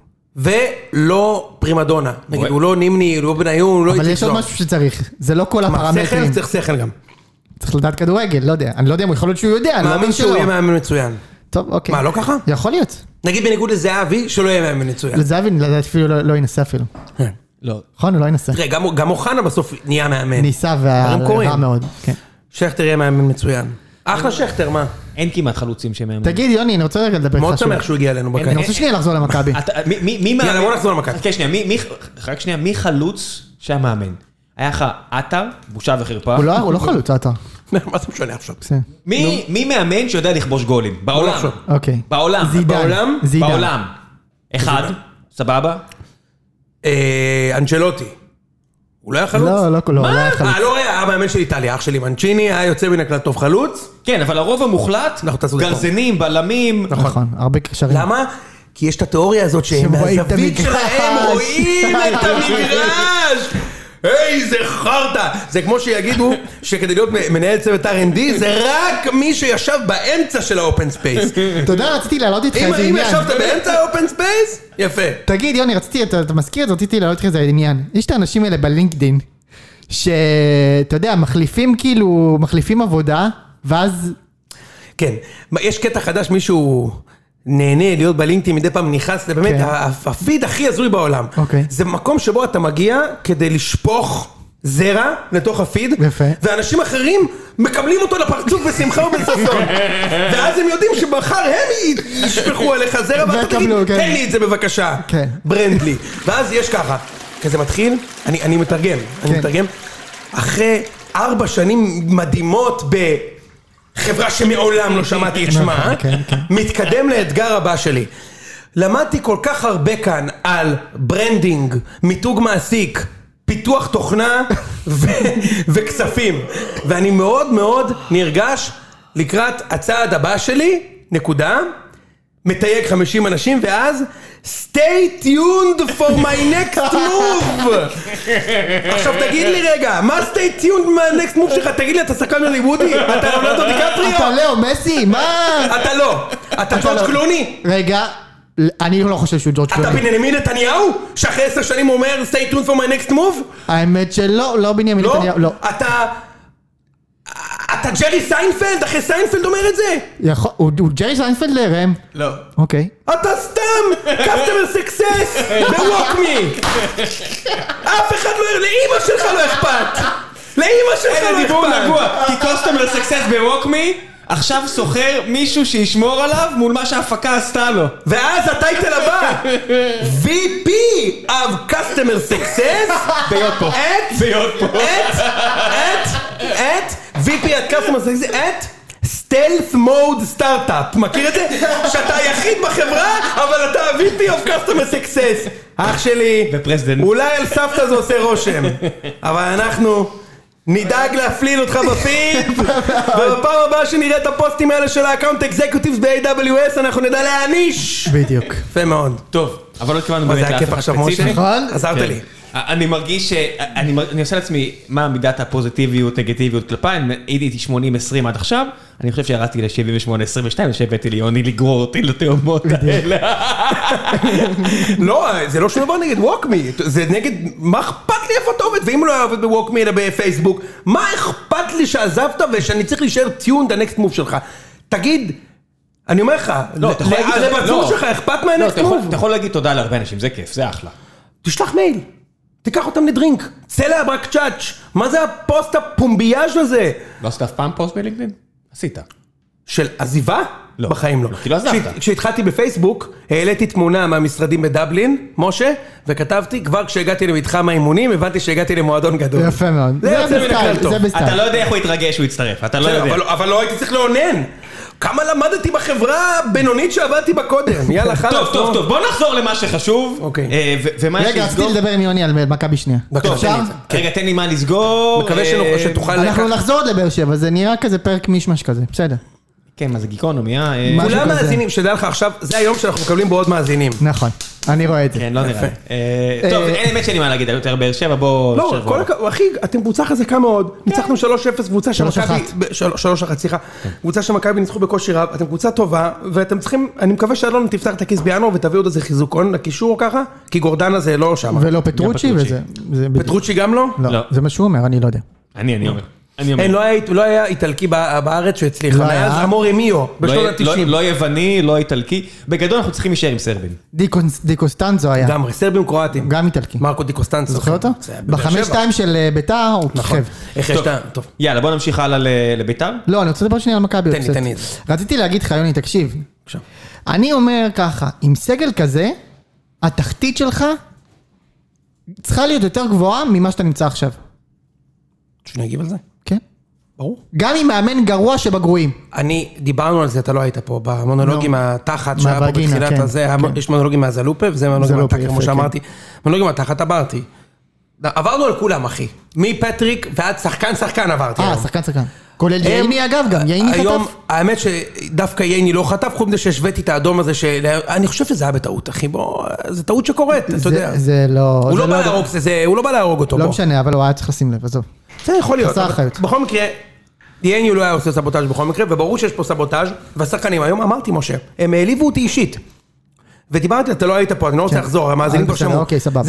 ולא פרימדונה. נגיד, הוא לא נימני, הוא לא בניון, הוא לא... אבל יש עוד משהו שצריך. זה לא כל הפרמטרים. צריך שכל גם. צריך לדעת כדורגל, לא יודע. אני לא יודע אם הוא יכול להיות שהוא יודע, אני לא מאמין שהוא יהיה מאמן מצוין. טוב, אוקיי. מה, לא ככה? יכול להיות. נגיד בניגוד לזהבי, שלא יהיה מאמן מצוין. לזהבי, לדעת אפילו לא ינסה אפילו. לא. נכון, הוא לא ינסה. תראה, גם אוחנה בסוף נהיה מאמן. ניסה והרע מאוד. שכטר יהיה מאמן מצוין. אחלה שכטר, מה? אין כמעט חלוצים שמאמן. תגיד, יוני, אני רוצה רגע לדבר מאוד שמח שהוא הגיע אלינו בקיים. אני רוצה שנייה לחזור למכבי. יאללה, בוא נחזור למכבי. רק שנייה, מי חלוץ שהיה מאמן? היה לך עטר, בושה וחרפה. הוא לא חלוץ, עטר. מה זה משנה עכשיו? מי מאמן שיודע לכבוש גולים? בעולם. אוקיי. בעולם. בעולם. אחד, סבבה? אנצ'לוטי. הוא לא היה חלוץ? לא היה חלוץ. לא היה מאמן של איטליה, אח שלי מנצ'יני, היה יוצא מן הכלל טוב חלוץ. כן, אבל הרוב המוחלט, גרזנים, בלמים. נכון, הרבה קשרים. למה? כי יש את התיאוריה הזאת שהם מהזווית שלהם רואים את המגרש. היי, זה חרטה. זה כמו שיגידו שכדי להיות מנהל צוות R&D, זה רק מי שישב באמצע של האופן ספייס. אתה יודע, רציתי להעלות איתך איזה עניין. אם ישבת באמצע האופן ספייס, יפה. תגיד, יוני, אתה מזכיר את זה, רציתי להעלות איתך איזה עניין. יש את האנשים האלה בלינקדין, שאתה יודע, מחליפים עבודה, ואז... כן, יש קטע חדש, מישהו... נהנה להיות בלינקדאין מדי פעם נכנס, זה באמת הפיד הכי הזוי בעולם. זה מקום שבו אתה מגיע כדי לשפוך זרע לתוך הפיד, ואנשים אחרים מקבלים אותו לפרצוף בשמחה ובששון. ואז הם יודעים שמחר הם ישפכו עליך זרע, ואתה תגיד, תן לי את זה בבקשה, ברנדלי. ואז יש ככה, כזה מתחיל, אני מתרגם, אחרי 4 שנים מדהימות חברה שמעולם לא שמעתי את שמה, מתקדם לאתגר הבא שלי. למדתי כל כך הרבה כאן על ברנדינג, מיתוג מעסיק, פיתוח תוכנה וכספים. ואני מאוד מאוד נרגש לקראת הצעד הבא שלי, נקודה, מתייג 50 אנשים, ואז stay tuned for my next move. עכשיו תגיד לי רגע, מה stay tuned my next move שלך? תגיד לי, אתה שחקן הוליוודי? אתה ליאונרדו דיקפריו? אתה לאו מסי, מה? אתה לא. אתה ג'ורג' קלוני? רגע, אני לא חושב שהוא ג'ורג' אתה קלוני. בנימין נתניהו? שאחרי 10 שנים אומר stay tuned for my next move? האמת שלא, לא בנימין נתניהו, לא. אתה ג'רי סיינפלד? אחרי סיינפלד אומר את זה? הוא ג'רי סיינפלד לרם? לא. אוקיי. אתה סתם customer success ב-Walk Me. אף אחד לא... לאמא שלך לא אכפת. לאמא שלך לא דיבור אכפת. נגוע, כי customer success ב-Walk Me עכשיו סוחר מישהו שישמור עליו מול מה שההפקה עשתה לו. ואז הטייטל הבא VP of Customer Success ביות פה. את VP of Customer Success את Stealth Mode Startup. מכיר את זה? שאתה היחיד בחברה אבל אתה VP of Customer Success. אח שלי, ופרזידנט. אולי על סבתא זה עושה רושם אבל אנחנו נדאג להפליל אותך בפיד ובפעם הבאה שנראה את הפוסטים האלה של האקאונט אקזקיוטיבס ב-AWS אנחנו נדע להעניש. בדיוק. יפה מאוד. טוב, אבל לא התכוונו מה באמת זה הכיף עכשיו משה? נכון? עזרת לי. אני מרגיש שאני עושה לעצמי מה מידת הפוזיטיביות, נגטיביות כלפיי, הייתי 80-20 עד עכשיו, אני חושב שירדתי ל-78-22, שהבאתי לי יוני לגרור אותי לתאומות האלה. לא, זה לא שום דבר נגד Walk Me, זה נגד מה אכפת לי איפה אתה עובד, ואם לא עובד ב-Walk Me אלא בפייסבוק, מה אכפת לי שעזבת ושאני צריך להישאר טיונד הנקסט מוב שלך? תגיד, אני אומר לך, לבצור שלך אכפת מהנקסט מוב? אתה יכול להגיד תודה להרבה אנשים, זה כיף, זה אחלה. תשלח מייל, תיקח אותם לדרינק, צא להברק צ'אץ', מה זה הפוסט הפומבייז' הזה? לא עשית אף פעם פוסט בלינקדאין? עשית. של עזיבה? לא. בחיים לא. כי לא עזבת. כשהתחלתי בפייסבוק, העליתי תמונה מהמשרדים בדבלין, משה, וכתבתי, כבר כשהגעתי למתחם האימונים, הבנתי שהגעתי למועדון גדול. יפה מאוד. זה בסטייל, זה בסטייל. אתה לא יודע איך הוא יתרגש שהוא יצטרף, אתה לא יודע. אבל לא הייתי צריך לעונן. כמה למדתי בחברה הבינונית שעבדתי בקודם. יאללה, חלאס. טוב, בוא נחזור למה שחשוב. אוקיי. רגע, רציתי לדבר עם יוני על מכבי שנייה. בבקשה. רגע, תן לי מה לסגור. מקווה שתוכל אנחנו נחזור עוד לבאר שבע, זה נראה כזה פרק מישמש כזה, בסדר. כן, מה זה גיקונומי, כולם מאזינים, שדע לך עכשיו, זה היום שאנחנו מקבלים בו עוד מאזינים. נכון, אני רואה את זה. כן, לא נראה. טוב, אין אמת שאני מה להגיד, יותר באר שבע, בוא... לא, אחי, אתם קבוצה חזקה מאוד, ניצחנו 3-0, קבוצה של מכבי, 3-1, סליחה, קבוצה של מכבי ניצחו בקושי רב, אתם קבוצה טובה, ואתם צריכים, אני מקווה שאלון תפתח את הכיס בינואר, ותביא עוד איזה חיזוקון לקישור ככה, כי גורדנה זה לא שם. ולא פטרוצ'י וזה. פטרוצ'י גם לא? לא, זה מה שהוא אומר, אני לא יודע. אני אומר. אין, לא היה איטלקי בארץ שהצליח, מאז אמורי מיו, בשנות ה-90. לא יווני, לא איטלקי, בגדול אנחנו צריכים להישאר עם סרבים. דיקוסטנזו היה. גם סרבים קרואטים. גם איטלקי. מרקו דיקוסטנזו. זוכר אותו? ב5-2 של ביתר הוא כיכב. איך יש טוב. יאללה, בוא נמשיך הלאה לביתר. לא, אני רוצה לדבר שנייה על מכבי. תן לי. רציתי להגיד לך, יוני, תקשיב. אני אומר ככה, עם סגל כזה, התחתית שלך צריכה להיות יותר גבוהה ממה שאתה נמצא עכשיו. שאני אגיב על זה? כן. ברור. גם עם מאמן גרוע שבגרועים. דיברנו על זה, אתה לא היית פה, במונולוגים התחת שהיה פה בתחילת הזה, יש מונולוגים מהזלופה, וזה מונולוגים מהתחת, כמו שאמרתי. מונולוגים מהתחת עברתי. עברנו על כולם, אחי. מפטריק ועד שחקן עברתי. שחקן. כולל ייני אגב גם, ייני היום, חטף. האמת שדווקא ייני לא חטף, חוץ מזה שהשוויתי את האדום הזה, אני חושב שזה היה בטעות, אחי, בוא, זה טעות שקורית, אתה יודע. זה לא... הוא לא בא להרוג אותו, בוא. לא משנה, אבל הוא היה צריך לשים לב, עזוב. זה יכול להיות. חסר אחריות. בכל מקרה, ייני לא היה עושה סבוטאז' בכל מקרה, וברור שיש פה סבוטאז' והשחקנים, היום אמרתי, משה, הם העליבו אותי אישית. ודיברתי, אתה לא היית פה, אני לא רוצה לחזור, המאזינים כבר שמעו.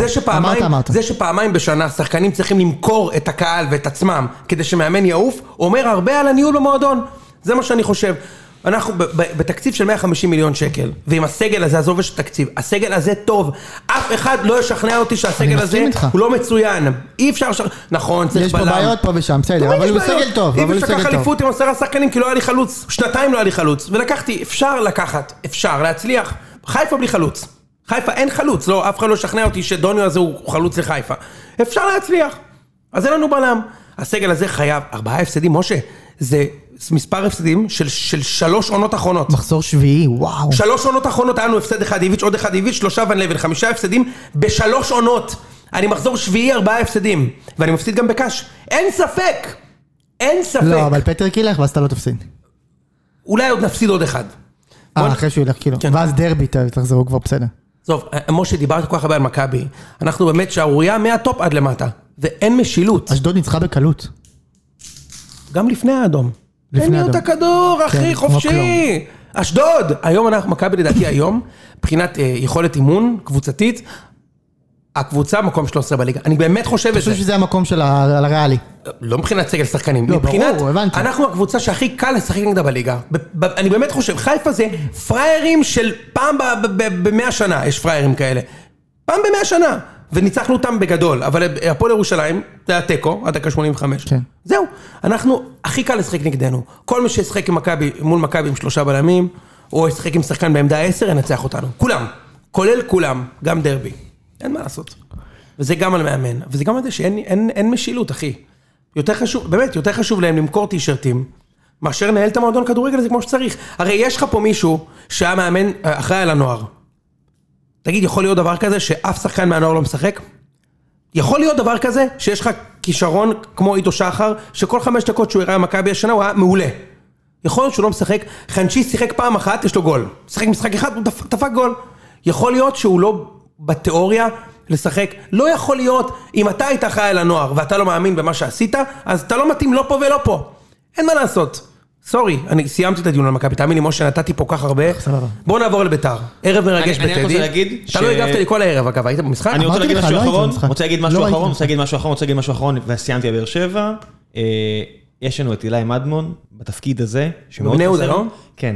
זה שפעמיים בשנה שחקנים צריכים למכור את הקהל ואת עצמם כדי שמאמן יעוף, אומר הרבה על הניהול במועדון. זה מה שאני חושב. אנחנו בתקציב של 150 מיליון שקל, ועם הסגל הזה, עזוב יש תקציב, הסגל הזה טוב, אף אחד לא ישכנע אותי שהסגל הזה הוא לא מצוין, אי אפשר, נכון, צריך בלם. יש פה בעיות פה ושם, בסדר, אבל הוא סגל טוב. אי אפשר לקח אליפות עם 10 שחקנים, כי לא היה לי חלוץ, שנתיים לא היה לי חלוץ, ולקחתי, אפשר לקחת, אפשר להצליח, חיפה בלי חלוץ, חיפה אין חלוץ, לא, אף אחד לא ישכנע אותי שדוניו הזה הוא חלוץ לחיפה, אפשר להצליח, אז אין לנו בלם, הסגל הזה חייב, 4 הפסדים, משה, זה מספר הפסדים של 3 עונות אחרונות. מחזור שביעי, וואו. 3 עונות אחרונות, היה לנו הפסד אחד איביץ', עוד אחד איביץ', 3 ון לבל, 5 הפסדים, ב3 עונות. אני מחזור שביעי 4 הפסדים, ואני מפסיד גם בקש. אין ספק. לא, אבל פטריק ילך, ואז אתה לא תפסיד. אולי עוד נפסיד עוד אחד. אחרי שהוא ילך, כאילו. ואז דרבי, תחזרו כבר בסדר. טוב, משה, דיברתי כל כך הרבה על מכבי. אנחנו באמת שערוריה מהטופ עד למטה, ואין משילות. אשדוד ניצחה בקלות. גם לפני האדום. תן לי את הכדור, אחי, חופשי. אשדוד! היום אנחנו, מכבי לדעתי היום, מבחינת יכולת אימון, קבוצתית, הקבוצה מקום 13 בליגה. אני באמת חושב את זה. אני חושב שזה המקום של הריאלי. לא מבחינת סגל שחקנים. לא, מבחינת, ברור, הבנתי. אנחנו הקבוצה שהכי קל לשחק נגדה בליגה. אני באמת חושב, חיפה זה פריירים של פעם ב100 שנה, יש פריירים כאלה. פעם ב100 שנה. וניצחנו אותם בגדול, אבל הפועל ירושלים, זה היה טקו, עד דקה 85. כן. זהו, אנחנו הכי קל לשחק נגדנו. כל מי שישחק מול מכבי עם 3 בלמים, או ישחק עם שחקן בעמדה 10, ינצח אותנו. כולם, כולל כולם, גם דרבי. אין מה לעשות. וזה גם על מאמן, וזה גם על זה שאין משילות, אחי. יותר חשוב, באמת, יותר חשוב להם למכור טישרטים, מאשר לנהל את המועדון כדורגל הזה כמו שצריך. הרי יש לך פה מישהו שהיה מאמן אחראי על הנוער. תגיד, יכול להיות דבר כזה שאף שחקן מהנוער לא משחק? יכול להיות דבר כזה שיש לך כישרון כמו עידו שחר, שכל 5 דקות שהוא הראה מכבי השנה הוא היה מעולה. יכול להיות שהוא לא משחק, חנצ'י שיחק פעם אחת, יש לו גול. משחק משחק אחד, הוא דפק גול. יכול להיות שהוא לא בתיאוריה לשחק. לא יכול להיות, אם אתה היית אחראי על הנוער ואתה לא מאמין במה שעשית, אז אתה לא מתאים לא פה ולא פה. אין מה לעשות. סורי, אני סיימתי את הדיון על מכבי, תאמין לי משה, נתתי פה כך הרבה. בואו נעבור לביתר. ערב מרגש בטדי. אתה לא הגבת לי כל הערב, אגב, היית במשחק? אני רוצה להגיד משהו אחרון, רוצה להגיד משהו אחרון, וסיימתי בבאר שבע. יש לנו את אילי מדמון בתפקיד הזה. בני יהודה, לא? כן.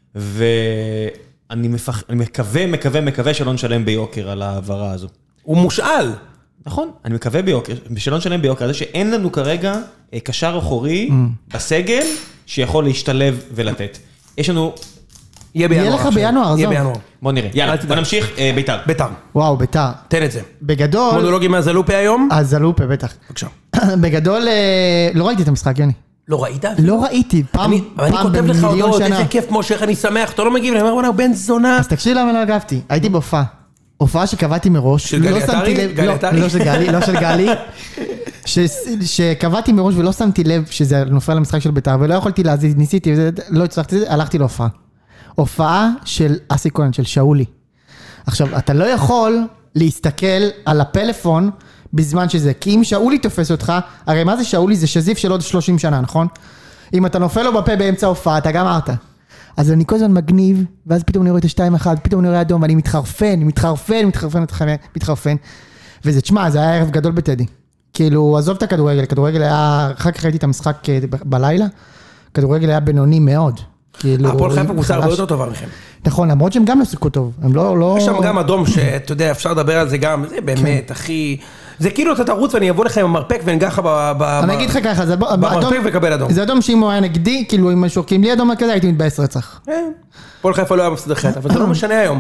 ואני מקווה שלא נשלם ביוקר על העברה הזו. הוא מושאל. נכון, אני מקווה ביוקר, שלא נשלם ביוקר, זה שאין לנו כרגע קשר אחורי בסגל שיכול להשתלב ולתת. יש לנו... יהיה לך בינואר, יהיה בינואר. בוא נראה, יאללה, בוא נמשיך, ביתר. ביתר. וואו, ביתר. תן את זה. בגדול... מונולוגים מהזלופה היום? הזלופה, בטח. בבקשה. בגדול, לא ראיתי את המשחק, יוני. לא ראית? לא ראיתי, פעם כותב לך במיליון הודעות, שנה. איזה כיף משה, איך אני שמח, אתה לא מגיב, אני אומר, וואלה, הוא בן זונה. אז תקשיב למה לא הגבתי, הייתי בהופעה. הופעה שקבעתי מראש. של גלי עטרי? לא של גלי, לא של גלי. שקבעתי מראש ולא שמתי לב שזה נופל למשחק של ביתר, ולא יכולתי להזיז, ניסיתי, לא הצלחתי, הלכתי להופעה. הופעה של אסי כהן, של שאולי. עכשיו, אתה לא יכול להסתכל על הפלאפון בזמן שזה, כי אם שאולי תופס אותך, הרי מה זה שאולי? זה שזיף של עוד 30 שנה, נכון? אם אתה נופל לו בפה באמצע הופעה, אתה גם אמרת. אז אני כל הזמן מגניב, ואז פתאום אני רואה את ה-2-1, פתאום אני רואה אדום, ואני מתחרפן, וזה, תשמע, זה היה ערב גדול בטדי. כאילו, עזוב את הכדורגל, כדורגל היה, אחר כך ראיתי את המשחק בלילה, כדורגל היה בינוני מאוד. הפועל חיפה קבוצה הרבה יותר טובה מכם. נכון, למרות שהם גם לא שיחקו טוב, הם לא... יש שם גם אדום שאתה יודע, אפשר לדבר על זה גם, זה באמת, אחי... זה כאילו אתה תרוץ ואני אבוא לך עם המרפק ונגע לך אני אגיד לך ככה, במרפק וקבל אדום. זה אדום שאם הוא היה נגדי, כאילו אם שורקים לי אדום כזה, הייתי מתבאס רצח. הפועל חיפה לא היה מפסיד אחרת, אבל זה לא משנה היום.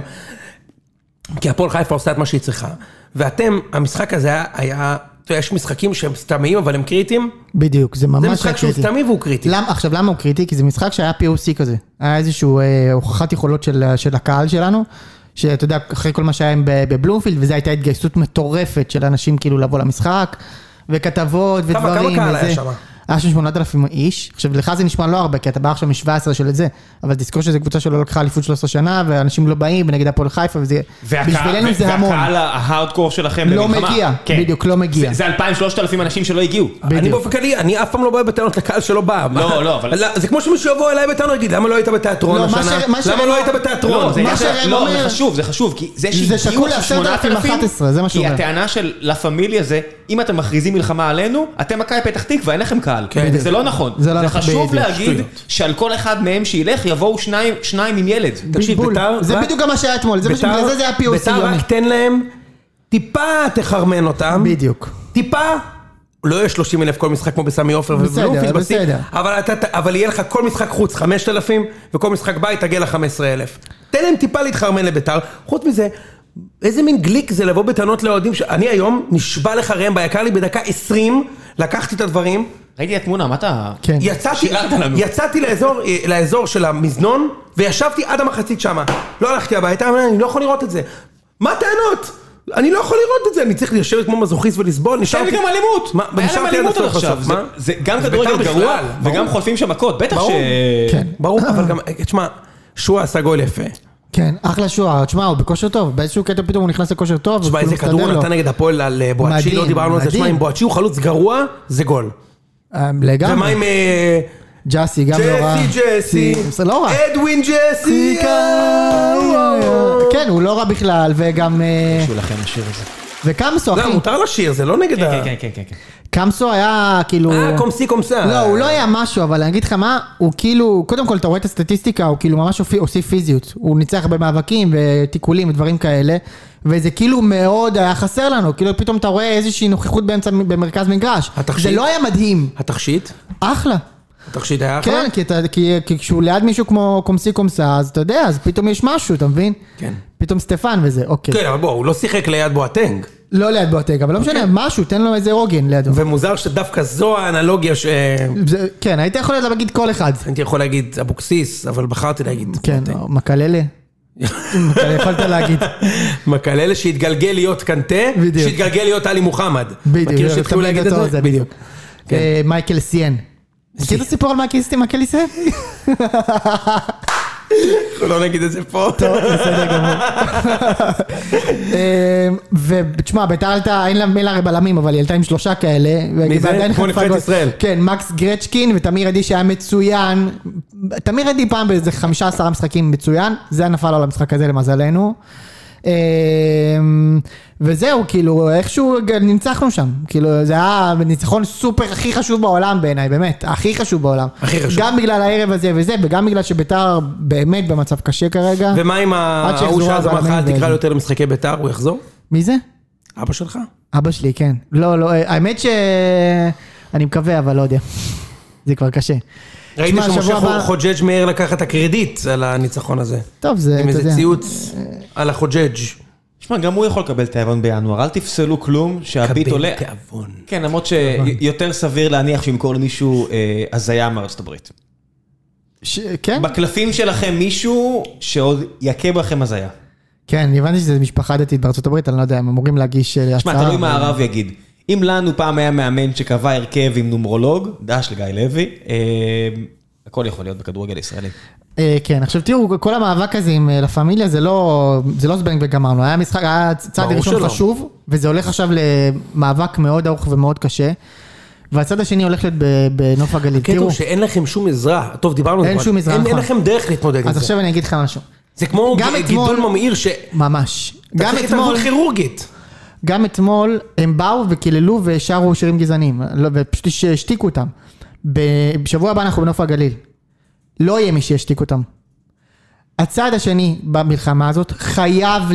כי הפועל חיפה עושה את מה שהיא צריכה. ואתם, המשחק הזה היה... יש משחקים שהם סתמיים, אבל הם קריטיים. בדיוק, זה ממש קריטי. זה משחק שהוא סתמי והוא קריטי. עכשיו, למה הוא קריטי? כי זה משחק שהיה POC כזה. היה איזשהו הוכחת יכולות של הקהל שלנו, שאתה יודע, אחרי כל מה שהיה בבלומפילד, וזו הייתה התגייסות מטורפת של אנשים כאילו לבוא למשחק, וכתבות ודברים. כמה קהל היה שם? היה שם 8,000 איש. עכשיו, לך זה נשמע לא הרבה, כי אתה בא עכשיו מ-17 של את זה, אבל תזכור שזו קבוצה שלא לקחה אליפות 13 שנה, ואנשים לא באים, ונגד הפועל חיפה, וזה... בשבילנו זה המון. והקהל ההארדקור שלכם לא מגיע, בדיוק, לא מגיע. זה 2,000-3,000 אנשים שלא הגיעו. אני באופן כללי, אני אף פעם לא בא בטענות לקהל שלא בא. לא, אבל... זה כמו שמישהו יבוא אליי בטענות, יגיד, למה לא היית בתיאטרון השנה? למה לא היית בתיאטרון? לא, זה חשוב, כי זה שקול 10,011, זה מה שהוא אומר. כי הטענה של לה פמיליה זה, אם אתם מכריזים מלחמה עלינו, אתם מכבי פתח תקווה, אין לכם קהל. זה לא נכון. זה חשוב להגיד שעל כל אחד מהם שילך יבואו שניים עם ילד. תקשיב, ביתר... זה בדיוק מה שהיה אתמול, בגלל זה היה POC. ביתר רק תן להם, טיפה תחרמן אותם. בדיוק. טיפה, לא יהיה 30,000 כל משחק כמו בסמי עופר ובלומפילד בסים, אבל יהיה לך כל משחק חוץ 5,000, וכל משחק בית תגיע ל-15,000. תן להם טיפה להתחרמן לביתר. חוץ מזה, איזה מין גליק זה לבוא בטענות לאוהדים, אני היום נשבע לך ראם ביקר לי בדקה 20, לקחתי את הדברים. ראיתי את התמונה, מה אתה... כן. יצאתי לאזור של המזנון, וישבתי עד המחצית שמה. לא הלכתי הביתה, אני לא יכול לראות את זה. מה הטענות? אני לא יכול לראות את זה, אני צריך לשבת כמו מזוכיסט ולסבול, נשארתי... גם אלימות! היה להם אלימות עד עכשיו, זה גם כדורגל גרוע, וגם חולפים שם מכות, בטח ש... כן. ברור, אבל גם, תשמע, שועה עשה גול יפה. כן, אחלה שועה, תשמע, הוא בכושר טוב, באיזשהו קטע פתאום הוא נכנס לכושר טוב. תשמע, איזה כדור הוא נתן נגד הפועל על בואצ'י, לא דיברנו על זה, תשמע, אם בואצ'י הוא חלוץ גרוע, זה גול. לגמרי. ומה עם ג'סי, גם לא רע. ג'סי, לא רע. אדווין ג'סי. כן, הוא לא רע בכלל, וגם... שהוא לכם השיר הזה. וקמסו, אחי. לא, מותר לשיר, זה לא נגד ה... כן. קמסו היה כאילו... קומסי קומסה. לא, הוא לא היה משהו, אבל אני אגיד לך מה, הוא כאילו, קודם כל אתה רואה את הסטטיסטיקה, הוא כאילו ממש הוסיף פיזיות. הוא ניצח במאבקים ותיקולים ודברים כאלה, וזה כאילו מאוד היה חסר לנו, כאילו פתאום אתה רואה איזושהי נוכחות במרכז מגרש. זה לא היה מדהים. התכשיט? אחלה. התכשיט היה אחלה? כן, כי כשהוא ליד מישהו כמו קומסי קומסה, אז אתה יודע, אז פתאום יש משהו, אתה מבין? כן. פתאום סטפן וזה, אוקיי. כן, אבל בוא, הוא לא שיחק ליד בואטנג. לא ליד בואטנג, אבל לא משנה, משהו, תן לו איזה רוגן לידו. ומוזר שדווקא זו האנלוגיה ש... כן, היית יכול להגיד כל אחד. הייתי יכול להגיד אבוקסיס, אבל בחרתי להגיד... כן, מקללה. יכולת להגיד. מקללה שהתגלגל להיות קנטה, שהתגלגל להיות עלי מוחמד. בדיוק. מכיר שהתחילו להגיד את זה? בדיוק. מייקל סיין. מכיר את הסיפור על מייקל סיין? אנחנו לא נגיד את זה פה. טוב, בסדר גמור. ותשמע, ביתר עלתה, אין לה הרי בלמים, אבל היא עלתה עם 3 כאלה. מי זה? כמו נבחרת ישראל. כן, מקס גרצ'קין ותמיר עדי שהיה מצוין. תמיר עדי פעם באיזה 15 משחקים מצוין, זה נפל על המשחק הזה למזלנו. וזהו, כאילו, איכשהו ניצחנו שם, כאילו, זה היה ניצחון סופר הכי חשוב בעולם בעיניי, באמת, הכי חשוב בעולם. הכי חשוב. גם בגלל הערב הזה וזה, וגם בגלל שביתר באמת במצב קשה כרגע. ומה עם ההוא שאז אמר לך, אל תקרא יותר למשחקי ביתר, הוא יחזור? מי זה? אבא שלך? אבא שלי, כן. לא, האמת שאני מקווה, אבל לא יודע. זה כבר קשה. ראיתי שמשה חוג'ג' מהר לקח את הקרדיט על הניצחון הזה. טוב, זה... עם איזה ציוץ על החוג'ג'. שמע, גם הוא יכול לקבל תיאבון בינואר, אל תפסלו כלום שהביט עולה. קבל תיאבון. כן, למרות שיותר סביר להניח שימכור למישהו הזיה מארצות הברית. כן? בקלפים שלכם מישהו שעוד יקה בכם הזיה. כן, אני הבנתי שזה משפחה דתית בארצות הברית, אני לא יודע, הם אמורים להגיש הצעה. שמע, תלוי מה הרב יגיד. אם לנו פעם היה מאמן שקבע הרכב עם נומרולוג, דש לגיא לוי, הכל יכול להיות בכדורגל ישראלי. כן, עכשיו תראו, כל המאבק הזה עם לה פמיליה, זה לא זבנג וגמרנו, היה משחק, היה צעד ראשון חשוב, וזה הולך עכשיו למאבק מאוד ארוך ומאוד קשה, והצד השני הולך להיות בנוף הגליל. תראו שאין לכם שום עזרה, טוב דיברנו, אין שום עזרה, אין לכם דרך להתמודד עם זה. אז עכשיו אני אגיד לך משהו. זה כמו גידול ממאיר ש... ממש. אתה צריך התערבות כירורגית. גם אתמול הם באו וקיללו ושרו שירים גזעניים, ופשוט השתיקו אותם. בשבוע הבא אנחנו בנוף הגליל. לא יהיה מי שישתיק אותם. הצעד השני במלחמה הזאת חייב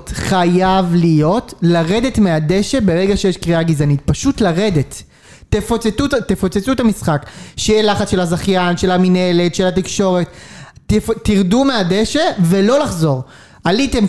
להיות לרדת מהדשא ברגע שיש קריאה גזענית. פשוט לרדת. תפוצצו את המשחק. שיהיה לחץ של הזכיין, של המנהלת, של התקשורת. תרדו מהדשא ולא לחזור. עליתם,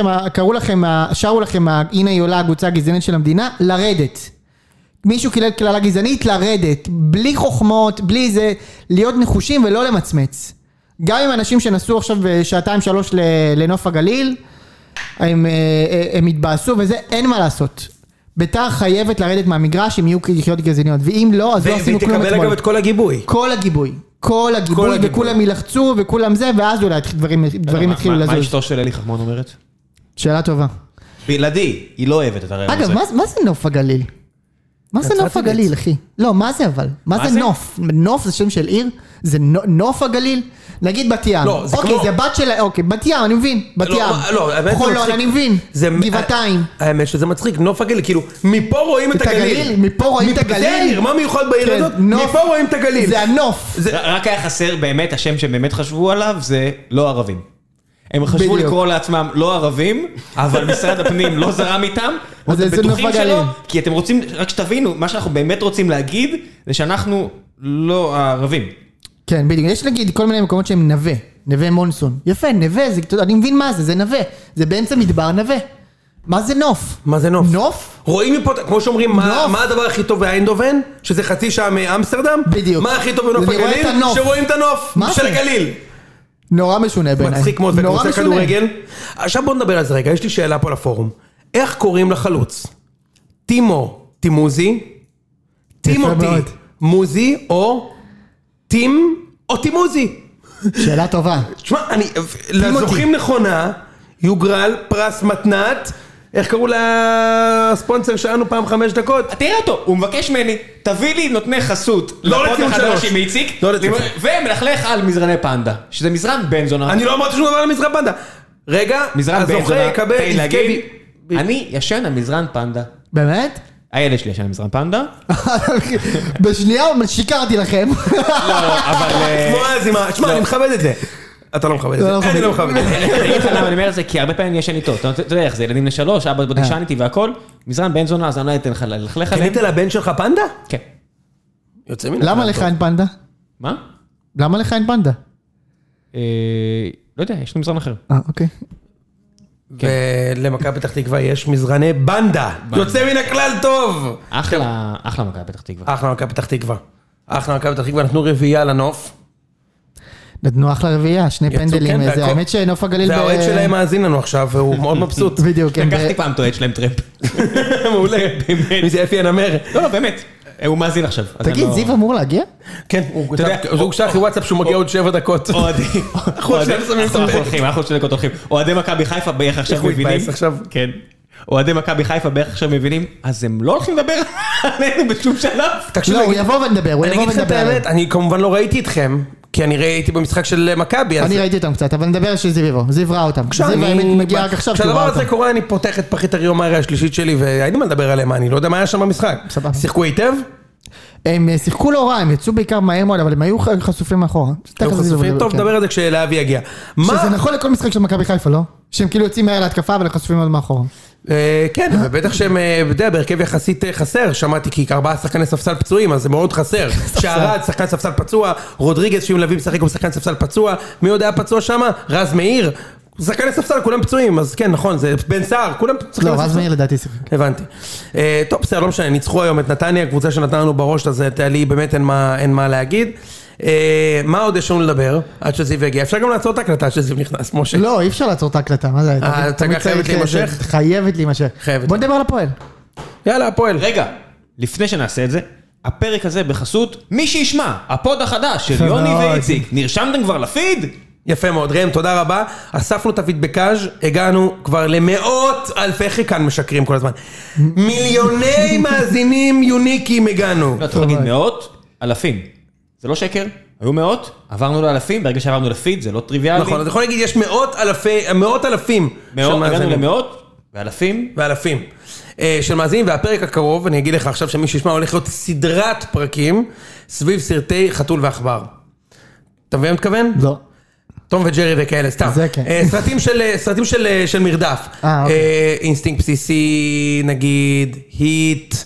שרו לכם, הנה היא עולה הקבוצה הגזענית של המדינה, לרדת. מישהו קילל כללה גזענית, לרדת. בלי חוכמות, בלי זה, להיות נחושים ולא למצמץ. גם עם אנשים שנסעו עכשיו בשעתיים 3 לנוף הגליל, הם התבאסו וזה, אין מה לעשות. ביתר חייבת לרדת מהמגרש אם יהיו קריאות גזעניות, ואם לא, אז לא עשינו כלום אתמול. ותקבל אגב את כל הגיבוי. כל הגיבוי, וכולם ילחצו, וכולם זה, ואז אולי דברים התחילו לזוז. מה אשתו של אלי חכמון אומרת? שאלה טובה. בלעדי, היא לא אוהבת את הרעיון הזה. אגב, מה זה נוף הגליל? מה זה נוף הגליל, אחי? לא, מה זה אבל? מה זה נוף? נוף זה שם של עיר? זה נוף הגליל? נגיד בת ים. אוקיי, זה בת של... אוקיי, בת ים, אני מבין. בת ים. חולון, אני מבין. גבעתיים. האמת שזה מצחיק, נוף הגליל, כאילו, מפה רואים את הגליל. מפה רואים את הגליל. מה מיוחד בעיר הזאת? מפה רואים את הגליל. זה הנוף. רק היה חסר באמת, השם שהם באמת חשבו עליו, זה לא ערבים. הם חשבו לקרוא לעצמם לא ערבים, אבל משרד הפנים לא זרם איתם, אתם בטוחים שלא, כי אתם רוצים, רק שתבינו, מה שאנחנו באמת רוצים להגיד, זה שאנחנו לא הערבים. כן, בדיוק, יש להגיד כל מיני מקומות שהם נווה, נווה מונסון. יפה, נווה, אני מבין מה זה, זה נווה, זה באמצע מדבר נווה. מה זה נוף? מה זה נוף? נוף? רואים מפה, כמו שאומרים, מה הדבר הכי טוב באיינדובן? שזה חצי שעה מאמסטרדם? בדיוק. מה הכי טוב בנוף הגליל? שרואים את הנוף של הגליל. נורא משונה בעיניי. מצחיק מאוד וקבוצה כדורגל. עכשיו בוא נדבר על זה רגע, יש לי שאלה פה לפורום. איך קוראים לחלוץ? טימוזי, טימותי מוזי או טימוזי? שאלה טובה. תשמע, לזוכים נכונה, יוגרל, פרס מתנת, איך קראו לספונסר שלנו פעם 5 דקות? תראה אותו, הוא מבקש ממני, תביא לי נותני חסות. לא לפוד לציון החדש 3. עם איציק. לא לציון. ומלכלך על מזרני פנדה. שזה מזרן בן זונה. אני לא אמרתי שום דבר על מזרן פנדה. רגע, מזרן בן הזוכה זונה. יקבל, תן יזכה להגיד, בי. אני ישן על מזרן פנדה. באמת? הילד שלי ישן על מזרן פנדה. בשנייה שיקרתי לכם. לא, אבל... כמו אז, שמע, אני מכבד את זה. אתה לא מכבד את זה. אני לא מכבד את זה. אני אגיד לך למה אני אומר את זה, כי הרבה פעמים אני ישן איתו. אתה יודע איך זה, ילדים בני 3, אבא תישן איתי והכל. מזרן בן זונה, אז אני לא אתן לך ללכלך עליהם. קנית לבן שלך פנדה? כן. יוצא מן למה הכלל לך טוב. אין פנדה? מה? למה לך אין פנדה? לא יודע, יש לי מזרן אחר. אוקיי. ולמכבי פתח תקווה יש מזרני בנדה. יוצא מן הכלל טוב. אחלה מכבי פתח תקווה. אחלה מכבי פתח תקווה. אחלה מכבי פתח תקווה, נתנו רביעייה לנוף. נתנו אחלה רביעייה, 2 יצאו, פנדלים. כן, זה האמת שנוף הגליל... והאוהד שלהם מאזין לנו עכשיו, והוא מאוד מבסוט. בדיוק, כן. לקחתי פעם תועד שלהם טרמפ. מעולה. מי זה אפי הנמר? לא, באמת. הוא מאזין עכשיו. תגיד, זיו אמור להגיע? כן, הוא קשח לי וואטסאפ שהוא מגיע עוד 7 דקות. אנחנו 2 דקות הולכים. אוהדי מכבי חיפה בערך עכשיו איך הוא מבינים. התבאס עכשיו? כן. אוהדי מכבי חיפה בערך עכשיו מבינים, אז הם לא הולכים לדבר עלינו בשום שלב. לא, הוא יבוא ונדבר, הוא אני יבוא אגיד לך את ונדבר. האמת, אני כמובן לא ראיתי אתכם, כי אני ראיתי במשחק של מכבי. אני ראיתי אותם קצת, אבל נדבר שזיו יבוא. זיו ראה אותם. זיו האמת מגיע רק עכשיו שהוא כשהדבר ראה אותם. הזה קורה, אני פותח את פחית הריומריה השלישית שלי, והייתי מה לדבר עליהם, אני לא יודע מה היה שם במשחק. סבבה. שיחקו היטב? הם שיחקו לא רע, הם יצאו בעיקר מהר מאוד, אבל הם היו חשופים מאחורה. היו חשופים? טוב, נדבר על זה כשלהבי יגיע. שזה נכון לכל משחק של מכבי חיפה, לא? שהם כאילו יוצאים מהר להתקפה, אבל חשופים מאוד מאחורה. כן, ובטח שהם, יודע, בהרכב יחסית חסר, שמעתי כי 4 שחקני ספסל פצועים, אז זה מאוד חסר. שערד, שחקן ספסל פצוע, רודריגז שהם לוי משחק הוא שחקן ספסל פצוע, מי יודע פצוע שם? רז מאיר, שחקני ספסל, כולם פצועים, אז כן, נכון, זה בן סער, כולם שחקני לא, ספסל. רז מאיר לדעתי שיחק. הבנתי. טוב, בסדר, לא משנה, ניצחו היום את נתניה, קבוצה שנתנה לנו בראש, אז לי באמת אין מה להגיד. מה עוד יש לנו לדבר עד שזיו יגיע? אפשר גם לעצור את ההקלטה שזיו נכנס, משה. לא, אי אפשר לעצור את ההקלטה, מה זה? ההצגה חייבת להימשך? חייבת להימשך. בוא נדבר על הפועל. יאללה, הפועל. רגע, לפני שנעשה את זה, הפרק הזה בחסות, מי שישמע, הפוד החדש של יוני ואיציק, נרשמתם כבר לפיד? יפה מאוד, ראם, תודה רבה. אספנו את הפידבקאז', הגענו כבר למאות אלפי, איך כאן משקרים כל הזמן? מיליוני מאזינים יוניקים הגענו. לא, צריך להגיד מאות, אלפים. זה לא שקר, היו מאות, עברנו לאלפים, ברגע שעברנו לפיד, זה לא טריוויאלי. נכון, אתה יכול להגיד, יש מאות אלפים מאות, הגענו למאות, ואלפים. ואלפים של מאזינים, והפרק הקרוב, אני אגיד לך עכשיו שמי שישמע הולך להיות סדרת פרקים סביב סרטי חתול ועכבר. אתה מבין מה מתכוון? לא. תום וג'רי וכאלה, סתם. זה כן. סרטים של מרדף. אינסטינקט בסיסי, נגיד, היט,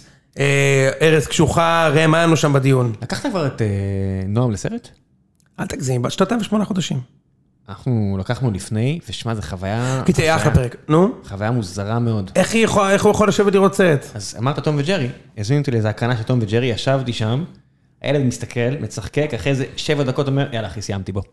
ארץ קשוחה, ראם, היה לנו שם בדיון. לקחת כבר את נועם לסרט? אל תגזים, בת 2 ו8 חודשים. אנחנו לקחנו לפני, ושמע, זה חוויה... קיצר, אחלה פרק. נו? חוויה מוזרה מאוד. איך הוא יכול לשבת לראות סרט? אז אמרת תום וג'רי, הזמינו אותי לאיזו הקרנה של תום וג'רי, ישבתי שם, הילד מסתכל, מצחקק, אחרי זה 7 דקות אומר, יאללה אחי, סיימתי בו.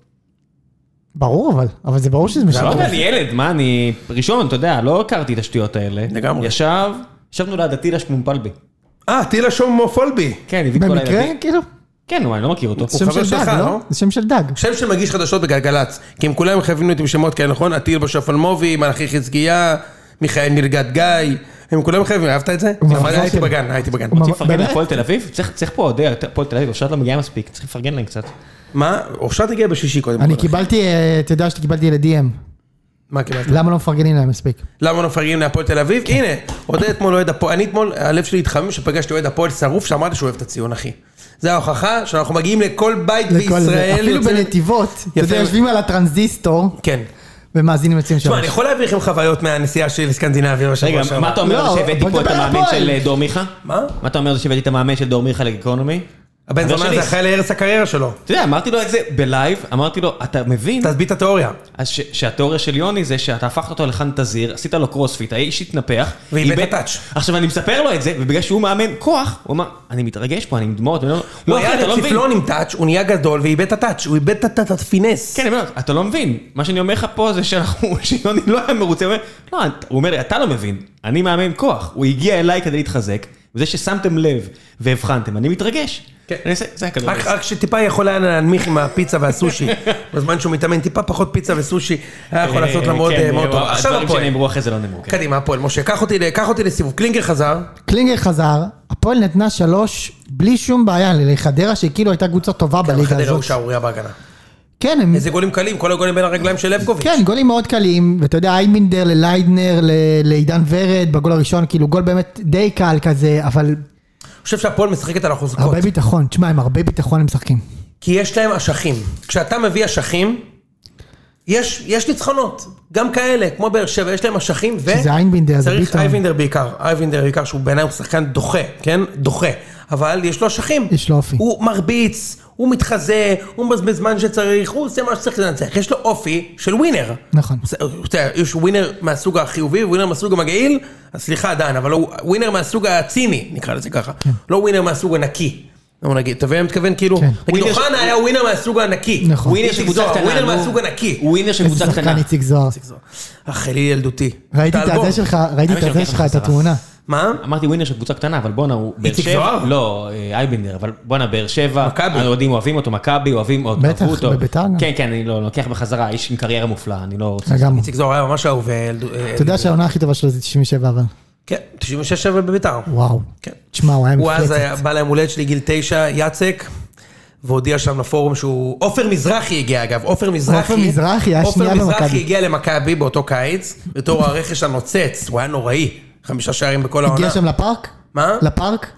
ברור אבל זה ברור שזה לא משנה. יודע, אני ילד, מה, אני ראשון, אתה יודע, לא הכרתי את השטויות האלה. לגמרי. ישבנו ליד הטילה שמומפל בי. טילה שומופולבי. כן, הביא את כל במקרה, הילדים. כאילו? כן, אני לא מכיר אותו. שם חבר של שלך, דג, לא? לא? זה שם של דג. שם של מגיש חדשות בגלגלץ, כי הם כולם חייבים להיות עם שמות כאלה, נכון? עטיל בשפלמובי, מלאכי חזקיה, מיכאל מלגת גיא, הם כולם חייבים, אהבת את זה? הייתי בגן. רוצים לפרגן להפועל תל אביב? צריך פה אוהדי הפועל תל אביב, אושרת לא מגיעה מספיק, צריך לפרגן להם קצת. מה? אושרת הגיע בשישי קודם. אני קיבלתי, אתה יודע שקיבלתי ל-DM. מה קיבלת? למה לא מפרגנים להם מספיק? למה לא מפרגנים להפועל תל אביב? הנה, עודד אתמול אוהד הפועל, אני אתמול, הלב שלי התחמם שפגשתי אוהד הפועל שרוף, שאמרתי שהוא אוהב את הציון, אחי. זה ההוכחה שאנחנו מגיעים לכל בית בישראל. אפילו בנתיבות, אתה יודע, יושבים על הטרנזיסטור, כן. ומאזינים לציון שלוש. תשמע, אני יכול להעביר לכם חוויות מהנסיעה שלי לסקנדינביה. רגע, מה אתה אומר שהבאתי פה את המאמן של דור מיכה? מה? מה אתה אומר שהבאתי את המאמן של דור מיכה לגיקונומי? הבן זמן זה אחרי להרס הקריירה שלו. אתה יודע, אמרתי לו את זה בלייב, אמרתי לו, אתה מבין? תסבית את התיאוריה. אז שהתיאוריה של יוני זה שאתה הפכת אותו לחנטזיר, עשית לו קרוספיט, האיש התנפח. ואיבד את הטאץ'. עכשיו אני מספר לו את זה, ובגלל שהוא מאמן כוח, הוא אמר, אני מתרגש פה, אני מדמעות, הוא היה צפלון עם טאץ', הוא נהיה גדול, ואיבד את הטאץ', הוא איבד את הפינס. כן, אתה לא מבין. מה שאני אומר לך פה זה שיוני לא היה מרוצה, הוא אומר לי, אתה לא מבין, אני מאמן כוח. הוא הגיע אליי כדי להתחזק, וזה ששמתם לב והבחנתם, אני מתרגש. זה הכדור. רק שטיפה יכול היה להנמיך עם הפיצה והסושי, בזמן שהוא מתאמן, טיפה פחות פיצה וסושי, היה יכול לעשות לה מאוד טוב. עכשיו הדברים שנאמרו אחרי זה לא נאמרו. קדימה, הפועל, משה, קח אותי לסיבוב, קלינגר חזר, הפועל נתנה 3 בלי שום בעיה לחדרה, שכאילו הייתה קבוצה טובה בליגה הזאת. חדרה הוא שערוריה בהגנה. כן, איזה גולים קלים, כל הגולים בין הרגליים של לבקוביץ'. כן, גולים מאוד קלים, ואתה יודע, איימינדר לליידנר, לעידן ורד, בגול הראשון, כאילו גול באמת די קל כזה, אבל... אני חושב שהפועל משחקת על החוזקות. הרבה ביטחון, תשמע, עם הרבה ביטחון הם משחקים. כי יש להם אשכים. כשאתה מביא אשכים, יש ניצחונות, גם כאלה, כמו באר שבע, יש להם אשכים, שזה איימינדר, זה ביטון. איימינדר בעיקר, שהוא בעיניי הוא שחקן דוחה, כן? דוחה. אבל יש לו אשכים. יש לו אופי. הוא מרביץ, הוא מתחזה, הוא מבזבז זמן שצריך, הוא עושה מה שצריך לנצח. יש לו אופי של ווינר. נכון. יש ווינר מהסוג החיובי, ווינר מהסוג המגעיל, סליחה דן, אבל הוא ווינר מהסוג הציני, נקרא לזה ככה. לא ווינר מהסוג הנקי. אתה מתכוון כאילו, נגיד אוחנה היה ווינר מהסוג הנקי. נכון. ווינר של קבוצה קטנה. ווינר מהסוג הנקי. ווינר של קבוצה קטנה. שחקן איציק זוהר. אחילי ילדותי. ראיתי את הזה שלך, את התמונה. מה? אמרתי ווינר של קבוצה קטנה, אבל בונה הוא באר איציק שבע. זוהר? לא, אייבנדר, אבל בונה באר שבע. מכבי. האוהדים אוהבים אותו, מכבי אוהבים אותו. בטח, בביתר גם. כן, כן, אני לא לוקח בחזרה, איש עם קריירה מופלאה, אני לא רוצה. לגמרי. איציק זוהר היה ממש אהוב. אתה יודע שהעונה הכי טובה שלו זה 97 אבל. כן, 96 בביתר. וואו. כן. תשמע, הוא היה הוא אז מפלצת. בא להם הולדת שלי גיל 9, יצק, והודיע שם לפורום שהוא... עופר מזרחי הגיע אגב, עופר מזרחי היה שנייה במכבי. עופר מזרחי הגיע למכבי באותו קיץ, בתור הרכש הנוצץ, הוא היה נוראי, 5 שערים בכל העונה. הגיע שם לפארק? מה? לפארק?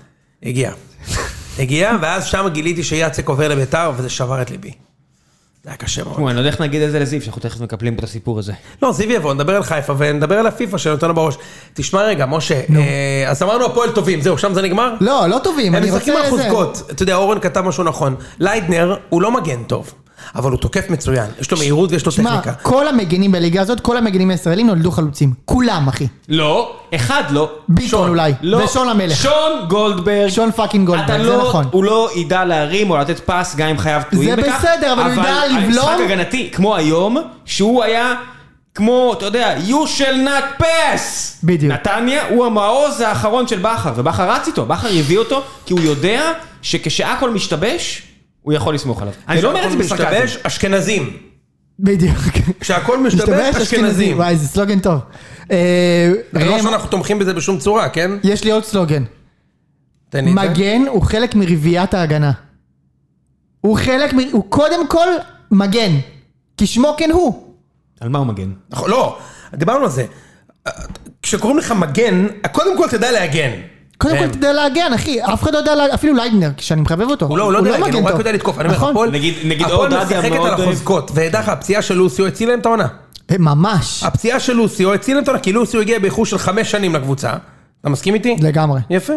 הגיע, ואז שם גיליתי שיצק עובר לביתר, וזה שבר את ליבי. זה היה קשה מאוד. אני לא יודע איך נגיד את זה לזיו, שאנחנו תכף מקפלים פה את הסיפור הזה. לא, זיו יבוא, נדבר על חיפה ונדבר על הפיפה שנותן לו בראש. תשמע רגע, משה, אז אמרנו הפועל טובים, זהו, שם זה נגמר? לא טובים, הם אני משחקים רוצה על חוזקות. אתה יודע, אורן כתב משהו נכון. ליידנר הוא לא מגן טוב, אבל הוא תוקף מצוין. יש לו מהירות ויש לו טכניקה. שמע, כל המגנים בליגה הזאת, כל המגנים הישראלים נולדו חלוצים. כולם, אחי. לא, אחד לא. ביטון אולי. לא. ושון המלך. שון גולדברג. שון פאקינג גולדברג, זה נכון. הוא לא ידע להרים או לתת פס גם אם חייב תלויים זה בכך. בסדר, אבל הוא ידע לבלום. המשחק הגנתי, כמו היום, שהוא היה כמו, אתה יודע, you shall not pass. בדיוק. נתניה הוא המעוז האחרון של בכר, ובכר רץ איתו, בכר יביא אותו, כי הוא יודע שכשהכל משתבש, הוא יכול לסמוך עליו. אני לא אומר את זה בסרקזם. משתבש, אשכנזים. בדיוק. כשהכל משתבש, אשכנזים. וואי, זה סלוגן טוב. לא שאנחנו תומכים בזה בשום צורה, כן? יש לי עוד סלוגן. תן לי את זה. מגן הוא חלק מרביעיית ההגנה. הוא קודם כל מגן. כשמו כן הוא. על מה הוא מגן? נכון, לא, דיברנו על זה. כשקוראים לך מגן, קודם כל תדע להגן. קודם כל תדע להגן, אחי. אף אחד לא יודע להגן, אפילו ליידנר, כשאני מחבב אותו. הוא לא יודע להגן, הוא רק יודע לתקוף. אני אומר, הפועל משחקת על החוזקות, ודרך הפציעה של לוסיו הציל להם את העונה. ממש. הפציעה של לוסיו הציל להם את העונה, כי לוסיו הגיע באיחור של 5 שנים לקבוצה. אתה מסכים איתי? לגמרי. יפה.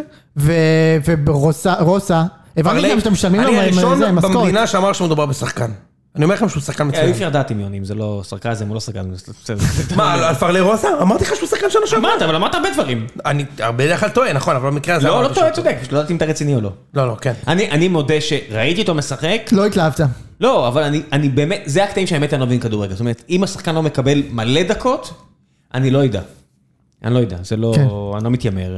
וברוסה, הבנתי גם שאתם משלמים לו אני הראשון משכורת. במדינה שאמר שמדובר בשחקן. אני אומר לכם שהוא שחקן מצוין. אי אפשר לדעת אם זה לא סרקזם, הוא לא סרקזם. מה, על פרלי רוסה? אמרתי לך שהוא שחקן שנה שעברה. אמרת, אבל אמרת הרבה דברים. אני הרבה דרך כלל טועה, נכון, אבל במקרה הזה... לא טועה, צודק, פשוט לא יודעת אם אתה רציני או לא. לא, כן. אני מודה שראיתי אותו משחק. לא התלהבת. לא, אבל אני באמת, זה הקטעים שהאמת אני לא מבין כדורגל. זאת אומרת, אם השחקן לא מקבל מלא דקות, אני לא יודע. אני לא יודע, זה לא... אני לא מתיימר.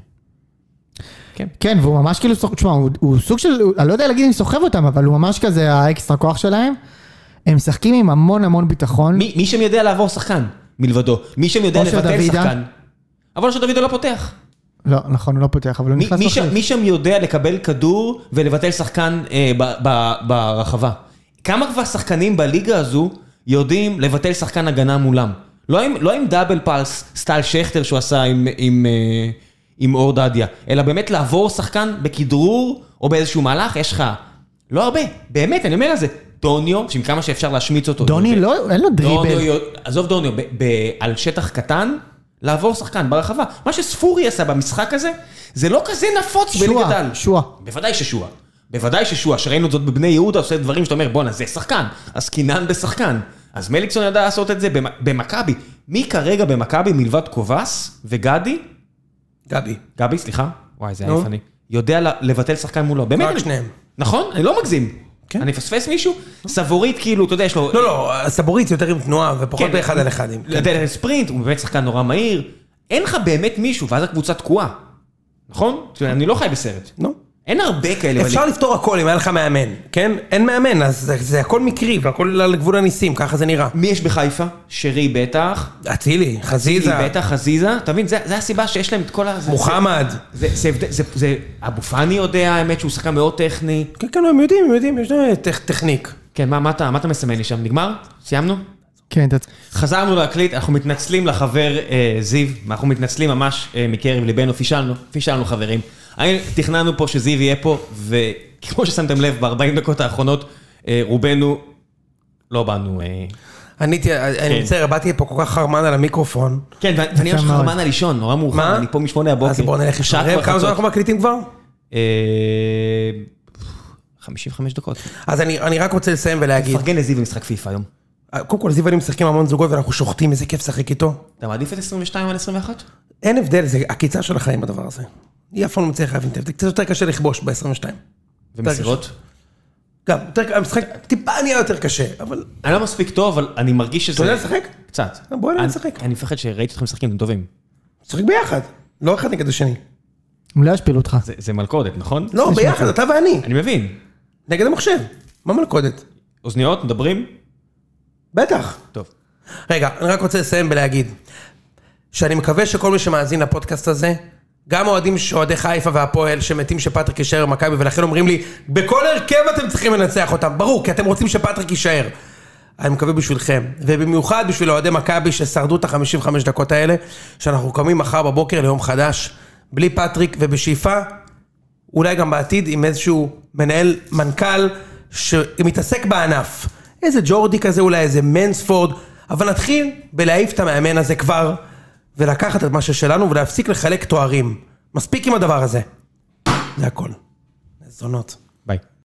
כן, והוא ממש כאילו, תשמע, הוא סוג של, אני לא יודע להגיד אם סוחב אותם, אבל הוא ממש כזה האקסטרה כוח שלהם. הם משחקים עם המון ביטחון. מי שם יודע לעבור שחקן מלבדו? מי שם יודע לבטל שחקן? אבל שדוידה לא פותח. לא, נכון, הוא לא פותח, אבל הוא נכנס לחליף. מי שם יודע לקבל כדור ולבטל שחקן ברחבה? כמה כבר שחקנים בליגה הזו יודעים לבטל שחקן הגנה מולם? לא עם דאבל פלס, סטייל שכטר שהוא עשה עם אור דדיה, אלא באמת לעבור שחקן בכדרור או באיזשהו מהלך, יש לך לא הרבה, באמת, אני אומר על זה, דוניו, שעם כמה שאפשר להשמיץ אותו. דוני לא, אין לו דריבל. עזוב דוניו, על שטח קטן, לעבור שחקן ברחבה. מה שספורי עשה במשחק הזה, זה לא כזה נפוץ בליגת העל. שועה. בוודאי ששועה, שראינו זאת בבני יהודה, עושה דברים שאתה אומר, בונה, זה שחקן, אז קינן בשחקן. אז מליקסון ידע לעשות את זה במכבי. מי כרגע במכבי מלבד קובס וגדי? גבי, סליחה. וואי, זה היה יפני. יודע לבטל שחקן מולו. באמת? רק שניהם. נכון? אני לא מגזים. אני פספס מישהו? סבורית כאילו, אתה יודע, יש לו... לא, סבורית יותר עם תנועה ופחות באחד על אחד. לדעת ספרינט, הוא באמת שחקן נורא מהיר. אין לך באמת מישהו, ואז הקבוצה תקועה. נכון? אני לא חי בסרט. לא. אין הרבה כאלה. אפשר לפתור הכל אם היה לך מאמן, כן? אין מאמן, אז זה הכל מקרי, והכל על גבול הניסים, ככה זה נראה. מי יש בחיפה? שרי בטח. אצילי, חזיזה. בטח, חזיזה. אתה מבין, זה הסיבה שיש להם את כל ה... מוחמד. זה אבו פאני יודע, האמת שהוא שחקן מאוד טכני. כן, כן, הם יודעים, יש להם טכניק. כן, מה אתה מסמן לי שם? נגמר? סיימנו? כן, חזרנו להקליט, אנחנו מתנצלים לחבר זיו, אנחנו מתנצלים ממש מקרב ליבנו, פישלנו חברים. תכננו פה שזיו יהיה פה, וכמו ששמתם לב, ב-40 דקות האחרונות, רובנו לא באנו... אני מצטער, באתי פה כל כך חרמן על המיקרופון. כן, ואני ממש חרמן על לישון, נורא מאוחר, אני פה מ8 הבוקר. אז בואו נלך לשרב, כמה זמן אנחנו מקליטים כבר? 55 דקות. אז אני רק רוצה לסיים ולהגיד... פרגן לזיו במשחק פיפה היום. קודם כל, זיו ואני משחקים המון זוגות ואנחנו שוחטים, איזה כיף לשחק איתו. אתה מעדיף את 22 על 21? אין הבדל, זה הקיצה של החיים בדבר הזה. אי אף פעם לא מצליח להבין, זה קצת יותר קשה לכבוש ב-22. ומסירות? גם, המשחק טיפה נהיה יותר קשה, אבל... אני לא מספיק טוב, אבל אני מרגיש שזה... אתה יודע לשחק? קצת. בוא נהיה לשחק. אני מפחד שראיתי אתכם משחקים, אתם טובים. לשחק ביחד, לא אחד נגד השני. אולי ישפילו אותך. זה מלכודת, נכון? לא, ביחד, אתה ואני. אני מבין. נגד המחשב. מה מלכודת? אוזניות, מדברים? בטח. טוב. רגע, אני רק רוצה לסיים ולהגיד, שאני מקווה שכל מי שמאזין לפודקאסט הזה, גם אוהדי חיפה והפועל שמתים שפטריק יישאר במכבי, ולכן אומרים לי, בכל הרכב אתם צריכים לנצח אותם. ברור, כי אתם רוצים שפטריק יישאר. אני מקווה בשבילכם, ובמיוחד בשביל אוהדי מכבי ששרדו את ה-55 דקות האלה, שאנחנו קמים מחר בבוקר ליום חדש, בלי פטריק ובשאיפה, אולי גם בעתיד עם איזשהו מנכ"ל שמתעסק בענף. איזה ג'ורדי כזה, אולי איזה מנספורד, אבל נתחיל בלהעיף את המאמן הזה כבר, ולקחת את מה ששלנו ולהפסיק לחלק תוארים. מספיק עם הדבר הזה. זה הכל. זונות. ביי.